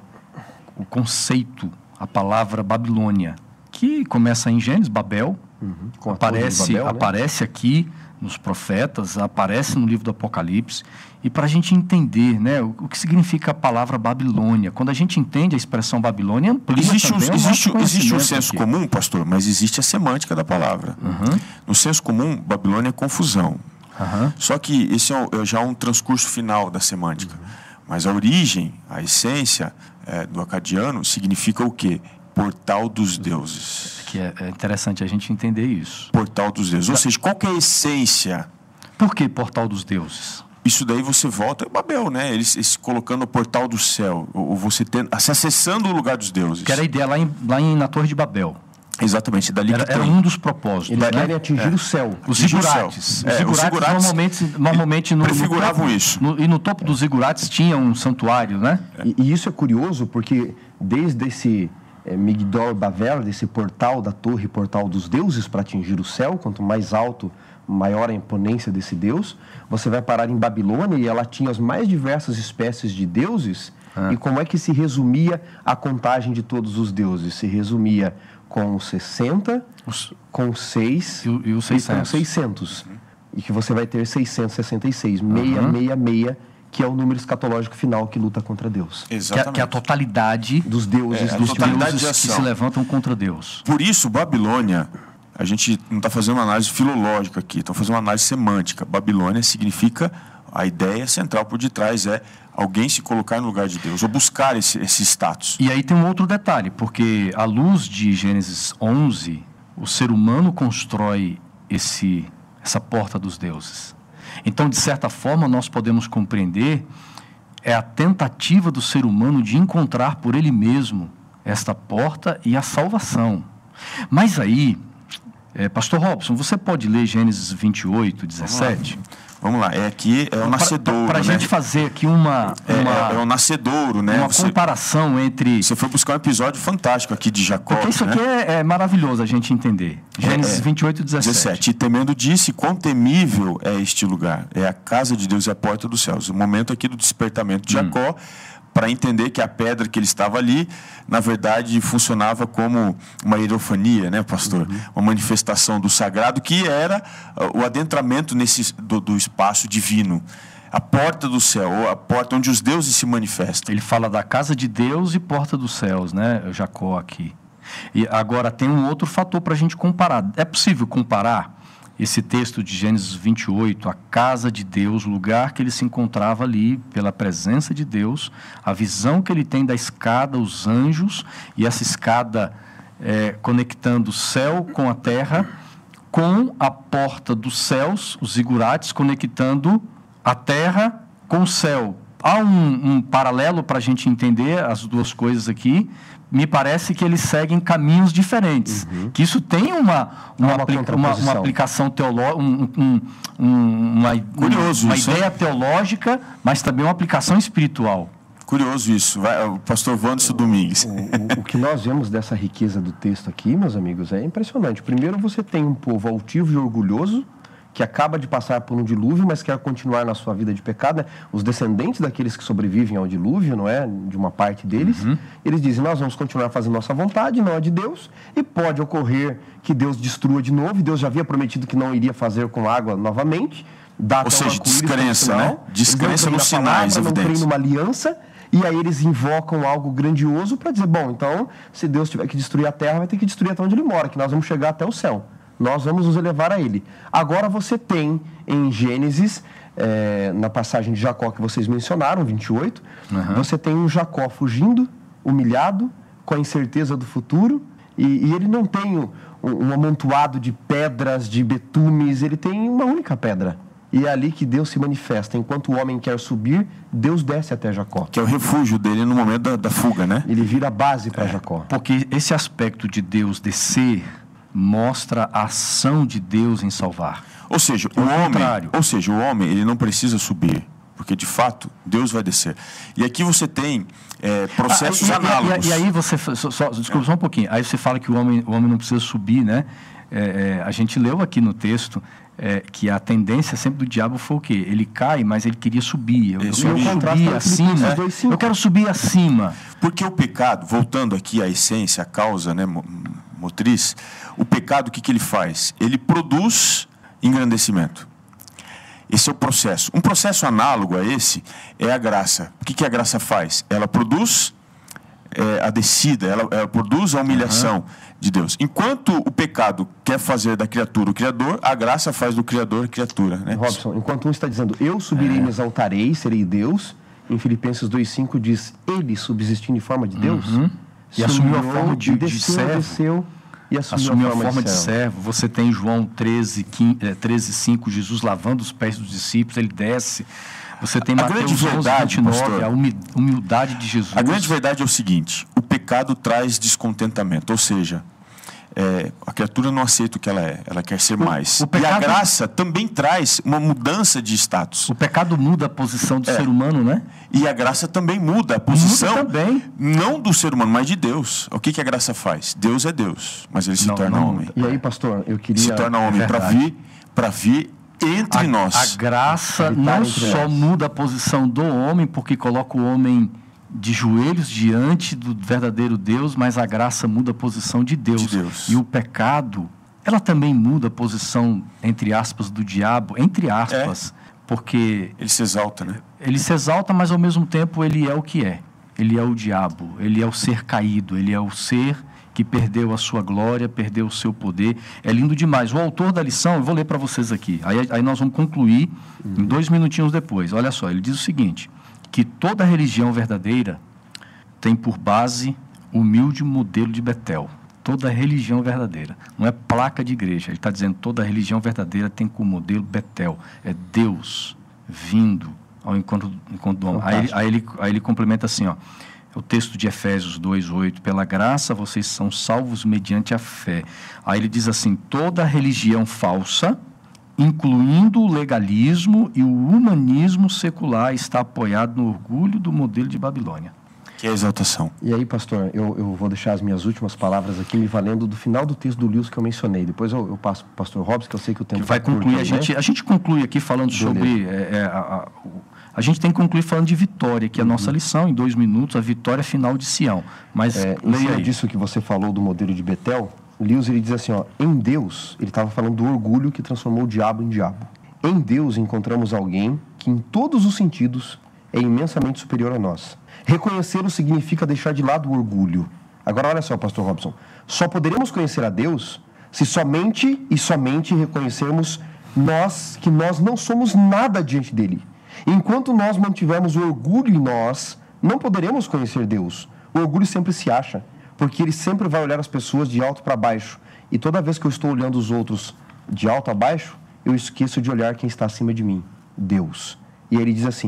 o conceito, a palavra Babilônia, que começa em Gênesis, Babel, uhum, aparece, Babel, né? aparece aqui nos profetas, aparece no livro do Apocalipse, e para a gente entender, né, o, o que significa a palavra Babilônia. Quando a gente entende a expressão Babilônia, amplia existe também um, o existe, existe um senso aqui. comum, pastor, mas existe a semântica da palavra. Uhum. No senso comum, Babilônia é confusão. Uhum. Só que esse é, é já um transcurso final da semântica. Uhum. Mas a origem, a essência é, do acadiano significa o quê? Portal dos deuses. Que é, é interessante a gente entender isso. Portal dos deuses. Ou seja, qual que é a essência? Por que portal dos deuses? Isso daí você volta, é Babel, né? Eles, eles colocando o portal do céu, ou você tendo, se acessando o lugar dos deuses. Que era a ideia lá, em, lá em, na Torre de Babel. Exatamente, dali era, que era um dos propósitos. Eles né? querem atingir é. o céu. Os zigurates. Os, é, os zigurates normalmente, normalmente no, prefiguravam no topo, isso. No, e no topo dos zigurates tinha um santuário, né? E, e isso é curioso porque desde esse é, Migdol Bavel, desse portal da torre, portal dos deuses para atingir o céu, quanto mais alto, maior a imponência desse deus, você vai parar em Babilônia e ela tinha as mais diversas espécies de deuses. Ah. E como é que se resumia a contagem de todos os deuses? Se resumia com sessenta, os... com seis e, o, e, os seiscentos. E com seiscentos. Uhum. E que você vai ter seiscentos e sessenta e seis, uhum. seiscentos e sessenta e seis, que é o número escatológico final que luta contra Deus. Exatamente. Que é, que é a totalidade dos deuses, é, dos deuses de que se levantam contra Deus. Por isso, Babilônia, a gente não está fazendo uma análise filológica aqui, estamos fazendo uma análise semântica. Babilônia significa, a ideia central por detrás é alguém se colocar no lugar de Deus, ou buscar esse, esse status. E aí tem um outro detalhe, porque à luz de Gênesis onze, o ser humano constrói esse, essa porta dos deuses. Então, de certa forma, nós podemos compreender é a tentativa do ser humano de encontrar por ele mesmo esta porta e a salvação. Mas aí, é, Pastor Robson, você pode ler Gênesis vinte e oito, dezessete? Vamos lá, é aqui é o nascedouro, Para a né? gente fazer aqui uma... uma é, é o nascedouro, né? Uma você, comparação entre... Você foi buscar um episódio fantástico aqui de Jacó. Porque isso né? aqui é, é maravilhoso a gente entender. Gênesis é, vinte e oito, dezessete. dezessete. E temendo disse, quão temível é este lugar. É a casa de Deus e a porta dos céus. O momento aqui do despertamento de hum. Jacó, para entender que a pedra que ele estava ali, na verdade, funcionava como uma hierofania, né, pastor? Uhum. Uma manifestação do sagrado, que era uh, o adentramento nesse, do, do espaço divino. A porta do céu, a porta onde os deuses se manifestam. Ele fala da casa de Deus e porta dos céus, né, Jacó aqui. E agora tem um outro fator para a gente comparar. É possível comparar esse texto de Gênesis vinte e oito, a casa de Deus, o lugar que ele se encontrava ali, pela presença de Deus, a visão que ele tem da escada, os anjos, e essa escada é, conectando o céu com a terra, com a porta dos céus, os zigurates, conectando a terra com o céu. há um, um paralelo para a gente entender as duas coisas aqui. Me parece que eles seguem caminhos diferentes. Uhum. Que isso tem uma, uma, uma, aplica, uma, uma aplicação teológica, um, um, um, uma, Curioso uma isso, ideia hein? teológica, mas também uma aplicação espiritual. Curioso isso. Vai, o pastor Wanderson Domingues. O, o, o que nós vemos dessa riqueza do texto aqui, meus amigos, é impressionante. Primeiro, você tem um povo altivo e orgulhoso, que acaba de passar por um dilúvio, mas quer continuar na sua vida de pecado, né? Os descendentes daqueles que sobrevivem ao dilúvio, não é? De uma parte deles, uhum. eles dizem, nós vamos continuar fazendo nossa vontade, não a de Deus, e pode ocorrer que Deus destrua de novo, e Deus já havia prometido que não iria fazer com água novamente. Dá Ou seja, descrença, né? Descrença nos sinais, evidentes. Não creem numa aliança, e aí eles invocam algo grandioso para dizer, bom, então, se Deus tiver que destruir a terra, vai ter que destruir até onde ele mora, que nós vamos chegar até o céu. Nós vamos nos elevar a ele. Agora você tem em Gênesis, é, na passagem de Jacó que vocês mencionaram, vinte e oito, uhum. você tem um Jacó fugindo, humilhado, com a incerteza do futuro, e, e ele não tem um, um amontoado de pedras, de betumes, ele tem uma única pedra. E é ali que Deus se manifesta. Enquanto o homem quer subir, Deus desce até Jacó. Que é o refúgio dele no momento da, da fuga, né? Ele vira a base para é. Jacó. Porque esse aspecto de Deus descer mostra a ação de Deus em salvar. Ou seja, o homem, ou seja, o homem ele não precisa subir, porque de fato Deus vai descer. E aqui você tem é, processos ah, e, análogos. E, e, e aí você só, só, desculpa é. só um pouquinho. Aí você fala que o homem, o homem não precisa subir, né? É, é, a gente leu aqui no texto é, que a tendência sempre do diabo foi o quê? Ele cai, mas ele queria subir. Eu, eu quero subir acima. É. Eu quero subir acima. Porque o pecado, voltando aqui à essência, à causa, né, motriz, o pecado, o que, que ele faz? Ele produz engrandecimento. Esse é o processo. Um processo análogo a esse é a graça. O que, que a graça faz? Ela produz é, a descida, ela, ela produz a humilhação uhum. de Deus. Enquanto o pecado quer fazer da criatura o Criador, a graça faz do Criador a criatura. Né? Robson, enquanto um está dizendo, eu subirei e é. me exaltarei, serei Deus, em Filipenses dois, cinco diz, ele subsistindo em forma de Deus, uhum. e assumiu a forma de, desceu, de servo. Desceu, E assumiu, assumiu a forma, a forma de, de, servo. servo. Você tem João treze, cinco, Jesus lavando os pés dos discípulos, ele desce. Você tem a Mateus grande verdade, onze, vinte e nove, pastor, a humildade de Jesus. A grande verdade é o seguinte, o pecado traz descontentamento, ou seja, é, a criatura não aceita o que ela é, ela quer ser mais. O, o pecado, e a graça também traz uma mudança de status. O pecado muda a posição do é. ser humano, né? E a graça também muda a posição, muda também. não do ser humano, mas de Deus. O que, que a graça faz? Deus é Deus, mas ele se não, torna não homem. E aí, pastor, eu queria... Se torna homem é para vir, para vir entre a, nós. A graça não só nós. muda a posição do homem, porque coloca o homem de joelhos diante do verdadeiro Deus, mas a graça muda a posição de Deus. De Deus. E o pecado, ela também muda a posição, entre aspas, do diabo, entre aspas, é. porque... Ele se exalta, né? Ele se exalta, mas ao mesmo tempo ele é o que é. Ele é o diabo, ele é o ser caído, ele é o ser que perdeu a sua glória, perdeu o seu poder. É lindo demais. O autor da lição, eu vou ler para vocês aqui, aí, aí nós vamos concluir uhum. em dois minutinhos depois. Olha só, ele diz o seguinte, que toda religião verdadeira tem por base o humilde modelo de Betel. Toda religião verdadeira. Não é placa de igreja. Ele está dizendo que toda religião verdadeira tem como modelo Betel. É Deus vindo ao encontro, encontro do homem. Aí ele, aí, ele, aí ele complementa assim, ó, o texto de Efésios dois, oito, pela graça vocês são salvos mediante a fé. Aí ele diz assim, toda religião falsa, incluindo o legalismo e o humanismo secular, está apoiado no orgulho do modelo de Babilônia. Que é a exaltação. E aí, pastor, eu, eu vou deixar as minhas últimas palavras aqui, me valendo do final do texto do Lewis que eu mencionei. Depois eu, eu passo para o pastor Robson, que eu sei que o tempo... Que vai concluir, curto, a, gente, né? a gente conclui aqui falando Beleza. sobre... É, é, a, a, a gente tem que concluir falando de vitória, que é a nossa uhum. lição, em dois minutos, a vitória final de Sião. Mas, é, em cima disso que você falou do modelo de Betel, Lewis, ele diz assim, ó, em Deus, ele estava falando do orgulho que transformou o diabo em diabo. Em Deus encontramos alguém que, em todos os sentidos, é imensamente superior a nós. Reconhecê-lo significa deixar de lado o orgulho. Agora, olha só, pastor Robson. Só poderemos conhecer a Deus se somente e somente reconhecermos nós, que nós não somos nada diante dele. Enquanto nós mantivermos o orgulho em nós, não poderemos conhecer Deus. O orgulho sempre se acha, porque ele sempre vai olhar as pessoas de alto para baixo. E toda vez que eu estou olhando os outros de alto a baixo, eu esqueço de olhar quem está acima de mim, Deus. E aí ele diz assim,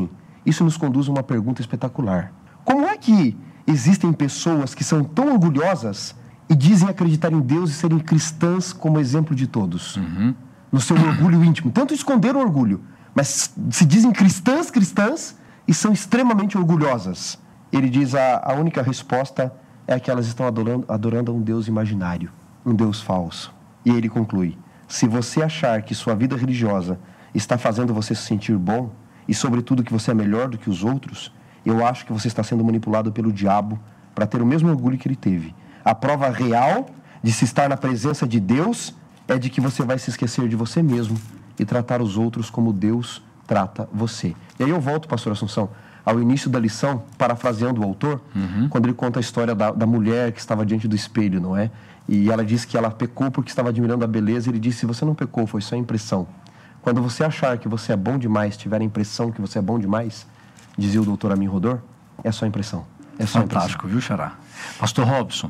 isso nos conduz a uma pergunta espetacular. Como é que existem pessoas que são tão orgulhosas e dizem acreditar em Deus e serem cristãs como exemplo de todos? Uhum. No seu orgulho íntimo. Tanto esconder o orgulho, mas se dizem cristãs, cristãs e são extremamente orgulhosas. Ele diz a, a única resposta é que elas estão adorando, adorando a um Deus imaginário, um Deus falso. E ele conclui: se você achar que sua vida religiosa está fazendo você se sentir bom e, sobretudo, que você é melhor do que os outros, eu acho que você está sendo manipulado pelo diabo para ter o mesmo orgulho que ele teve. A prova real de se estar na presença de Deus é de que você vai se esquecer de você mesmo e tratar os outros como Deus trata você. E aí eu volto, pastor Assunção, ao início da lição, parafraseando o autor, uhum. quando ele conta a história da, da mulher que estava diante do espelho, não é? E ela disse que ela pecou porque estava admirando a beleza. Ele disse: você não pecou, foi só impressão. Quando você achar que você é bom demais, tiver a impressão que você é bom demais, dizia o doutor Amin Rodor, é só impressão. É só Fantástico, impressão. Viu, Xará? Pastor Robson,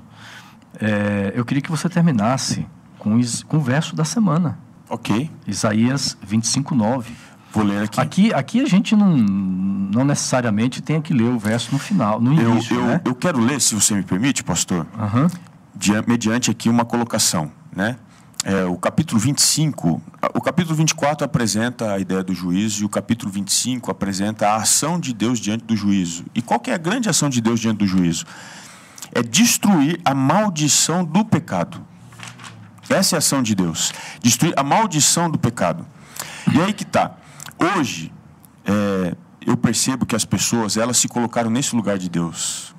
é, eu queria que você terminasse com, com o verso da semana. Ok. Isaías vinte e cinco, nove. Vou ler aqui. Aqui, aqui a gente não, não necessariamente tem que ler o verso no final, no início, eu, eu, né? eu quero ler, se você me permite, pastor, Uhum. de, mediante aqui uma colocação, né? É, o capítulo vinte e cinco, o capítulo vinte e quatro apresenta a ideia do juízo e o capítulo vinte e cinco apresenta a ação de Deus diante do juízo. E qual que é a grande ação de Deus diante do juízo? É destruir a maldição do pecado. Essa é a ação de Deus, destruir a maldição do pecado. E aí que está. Hoje, é, eu percebo que as pessoas, elas se colocaram nesse lugar de Deus.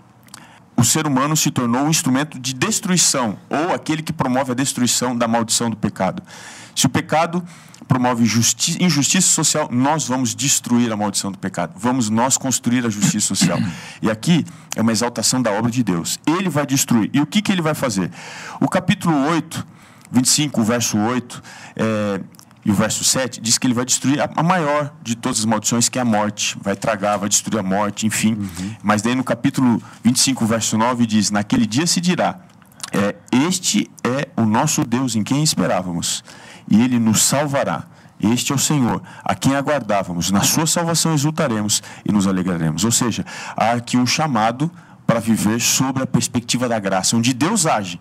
O ser humano se tornou um instrumento de destruição, ou aquele que promove a destruição da maldição do pecado. Se o pecado promove justi- injustiça social, nós vamos destruir a maldição do pecado. Vamos nós construir a justiça social. E aqui é uma exaltação da obra de Deus. Ele vai destruir. E o que, que ele vai fazer? O capítulo oito, vinte e cinco, o verso oito... É, e o verso sete diz que ele vai destruir a maior de todas as maldições, que é a morte. Vai tragar, vai destruir a morte, enfim. Uhum. Mas daí no capítulo vinte e cinco, verso nove, diz: naquele dia se dirá, é, este é o nosso Deus em quem esperávamos, e ele nos salvará. Este é o Senhor, a quem aguardávamos. Na sua salvação exultaremos e nos alegraremos. Ou seja, há aqui um chamado para viver sobre a perspectiva da graça, onde Deus age.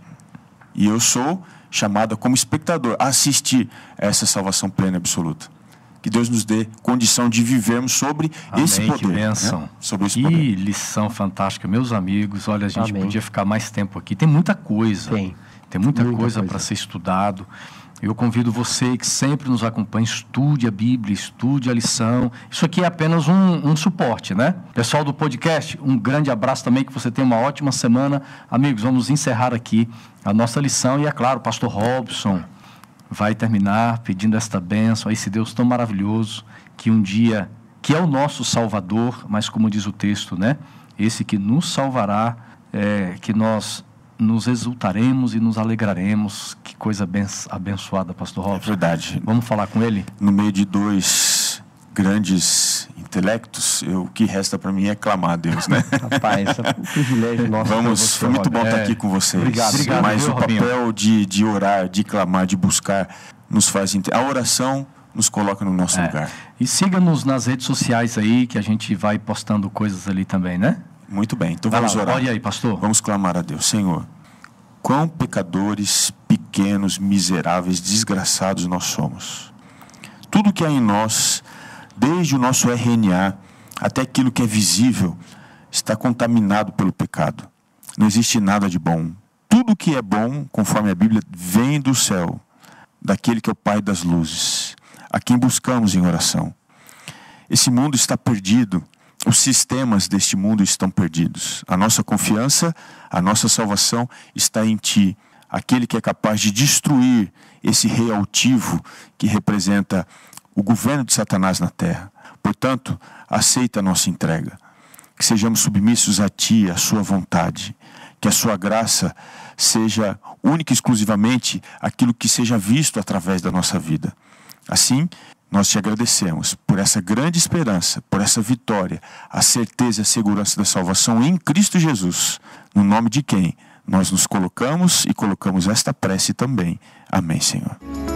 E eu sou chamada como espectador a assistir a essa salvação plena e absoluta. Que Deus nos dê condição de vivermos sobre Amém, esse poder. Que bênção. Né? Sobre esse que poder. lição fantástica. Meus amigos, olha, a gente Amém. podia ficar mais tempo aqui. Tem muita coisa. Tem. Tem muita, Muita coisa coisa. para ser estudado. Eu convido você que sempre nos acompanha, estude a Bíblia, estude a lição. Isso aqui é apenas um, um suporte, né? Pessoal do podcast, um grande abraço também, que você tenha uma ótima semana. Amigos, vamos encerrar aqui a nossa lição. E é claro, o pastor Robson vai terminar pedindo esta bênção a esse Deus tão maravilhoso, que um dia, que é o nosso Salvador, mas como diz o texto, né? Esse que nos salvará, é, que nós nos exultaremos e nos alegraremos. Que coisa abençoada, pastor Robson. É verdade. Vamos falar com ele? No meio de dois grandes intelectos, eu, o que resta para mim é clamar a Deus, né? Rapaz, é um privilégio nosso. Vamos, você, foi muito Robert. bom estar É. aqui com vocês. Obrigado. Obrigado, Mas viu, o Robinho? papel de, de orar, de clamar, de buscar, nos faz entender. A oração nos coloca no nosso É. lugar. E siga-nos nas redes sociais aí, que a gente vai postando coisas ali também, né? Muito bem, então Vai vamos lá, orar. ore aí, pastor. Vamos clamar a Deus. Senhor, quão pecadores, pequenos, miseráveis, desgraçados nós somos. Tudo que há em nós, desde o nosso R N A até aquilo que é visível, está contaminado pelo pecado. Não existe nada de bom. Tudo que é bom, conforme a Bíblia, vem do céu, daquele que é o Pai das luzes, a quem buscamos em oração. Esse mundo está perdido. Os sistemas deste mundo estão perdidos. A nossa confiança, a nossa salvação está em Ti, aquele que é capaz de destruir esse rei altivo que representa o governo de Satanás na terra. Portanto, aceita a nossa entrega. Que sejamos submissos a Ti, à Sua vontade. Que a Sua graça seja única e exclusivamente aquilo que seja visto através da nossa vida. Assim, nós te agradecemos por essa grande esperança, por essa vitória, a certeza e a segurança da salvação em Cristo Jesus, no nome de quem nós nos colocamos e colocamos esta prece também. Amém, Senhor.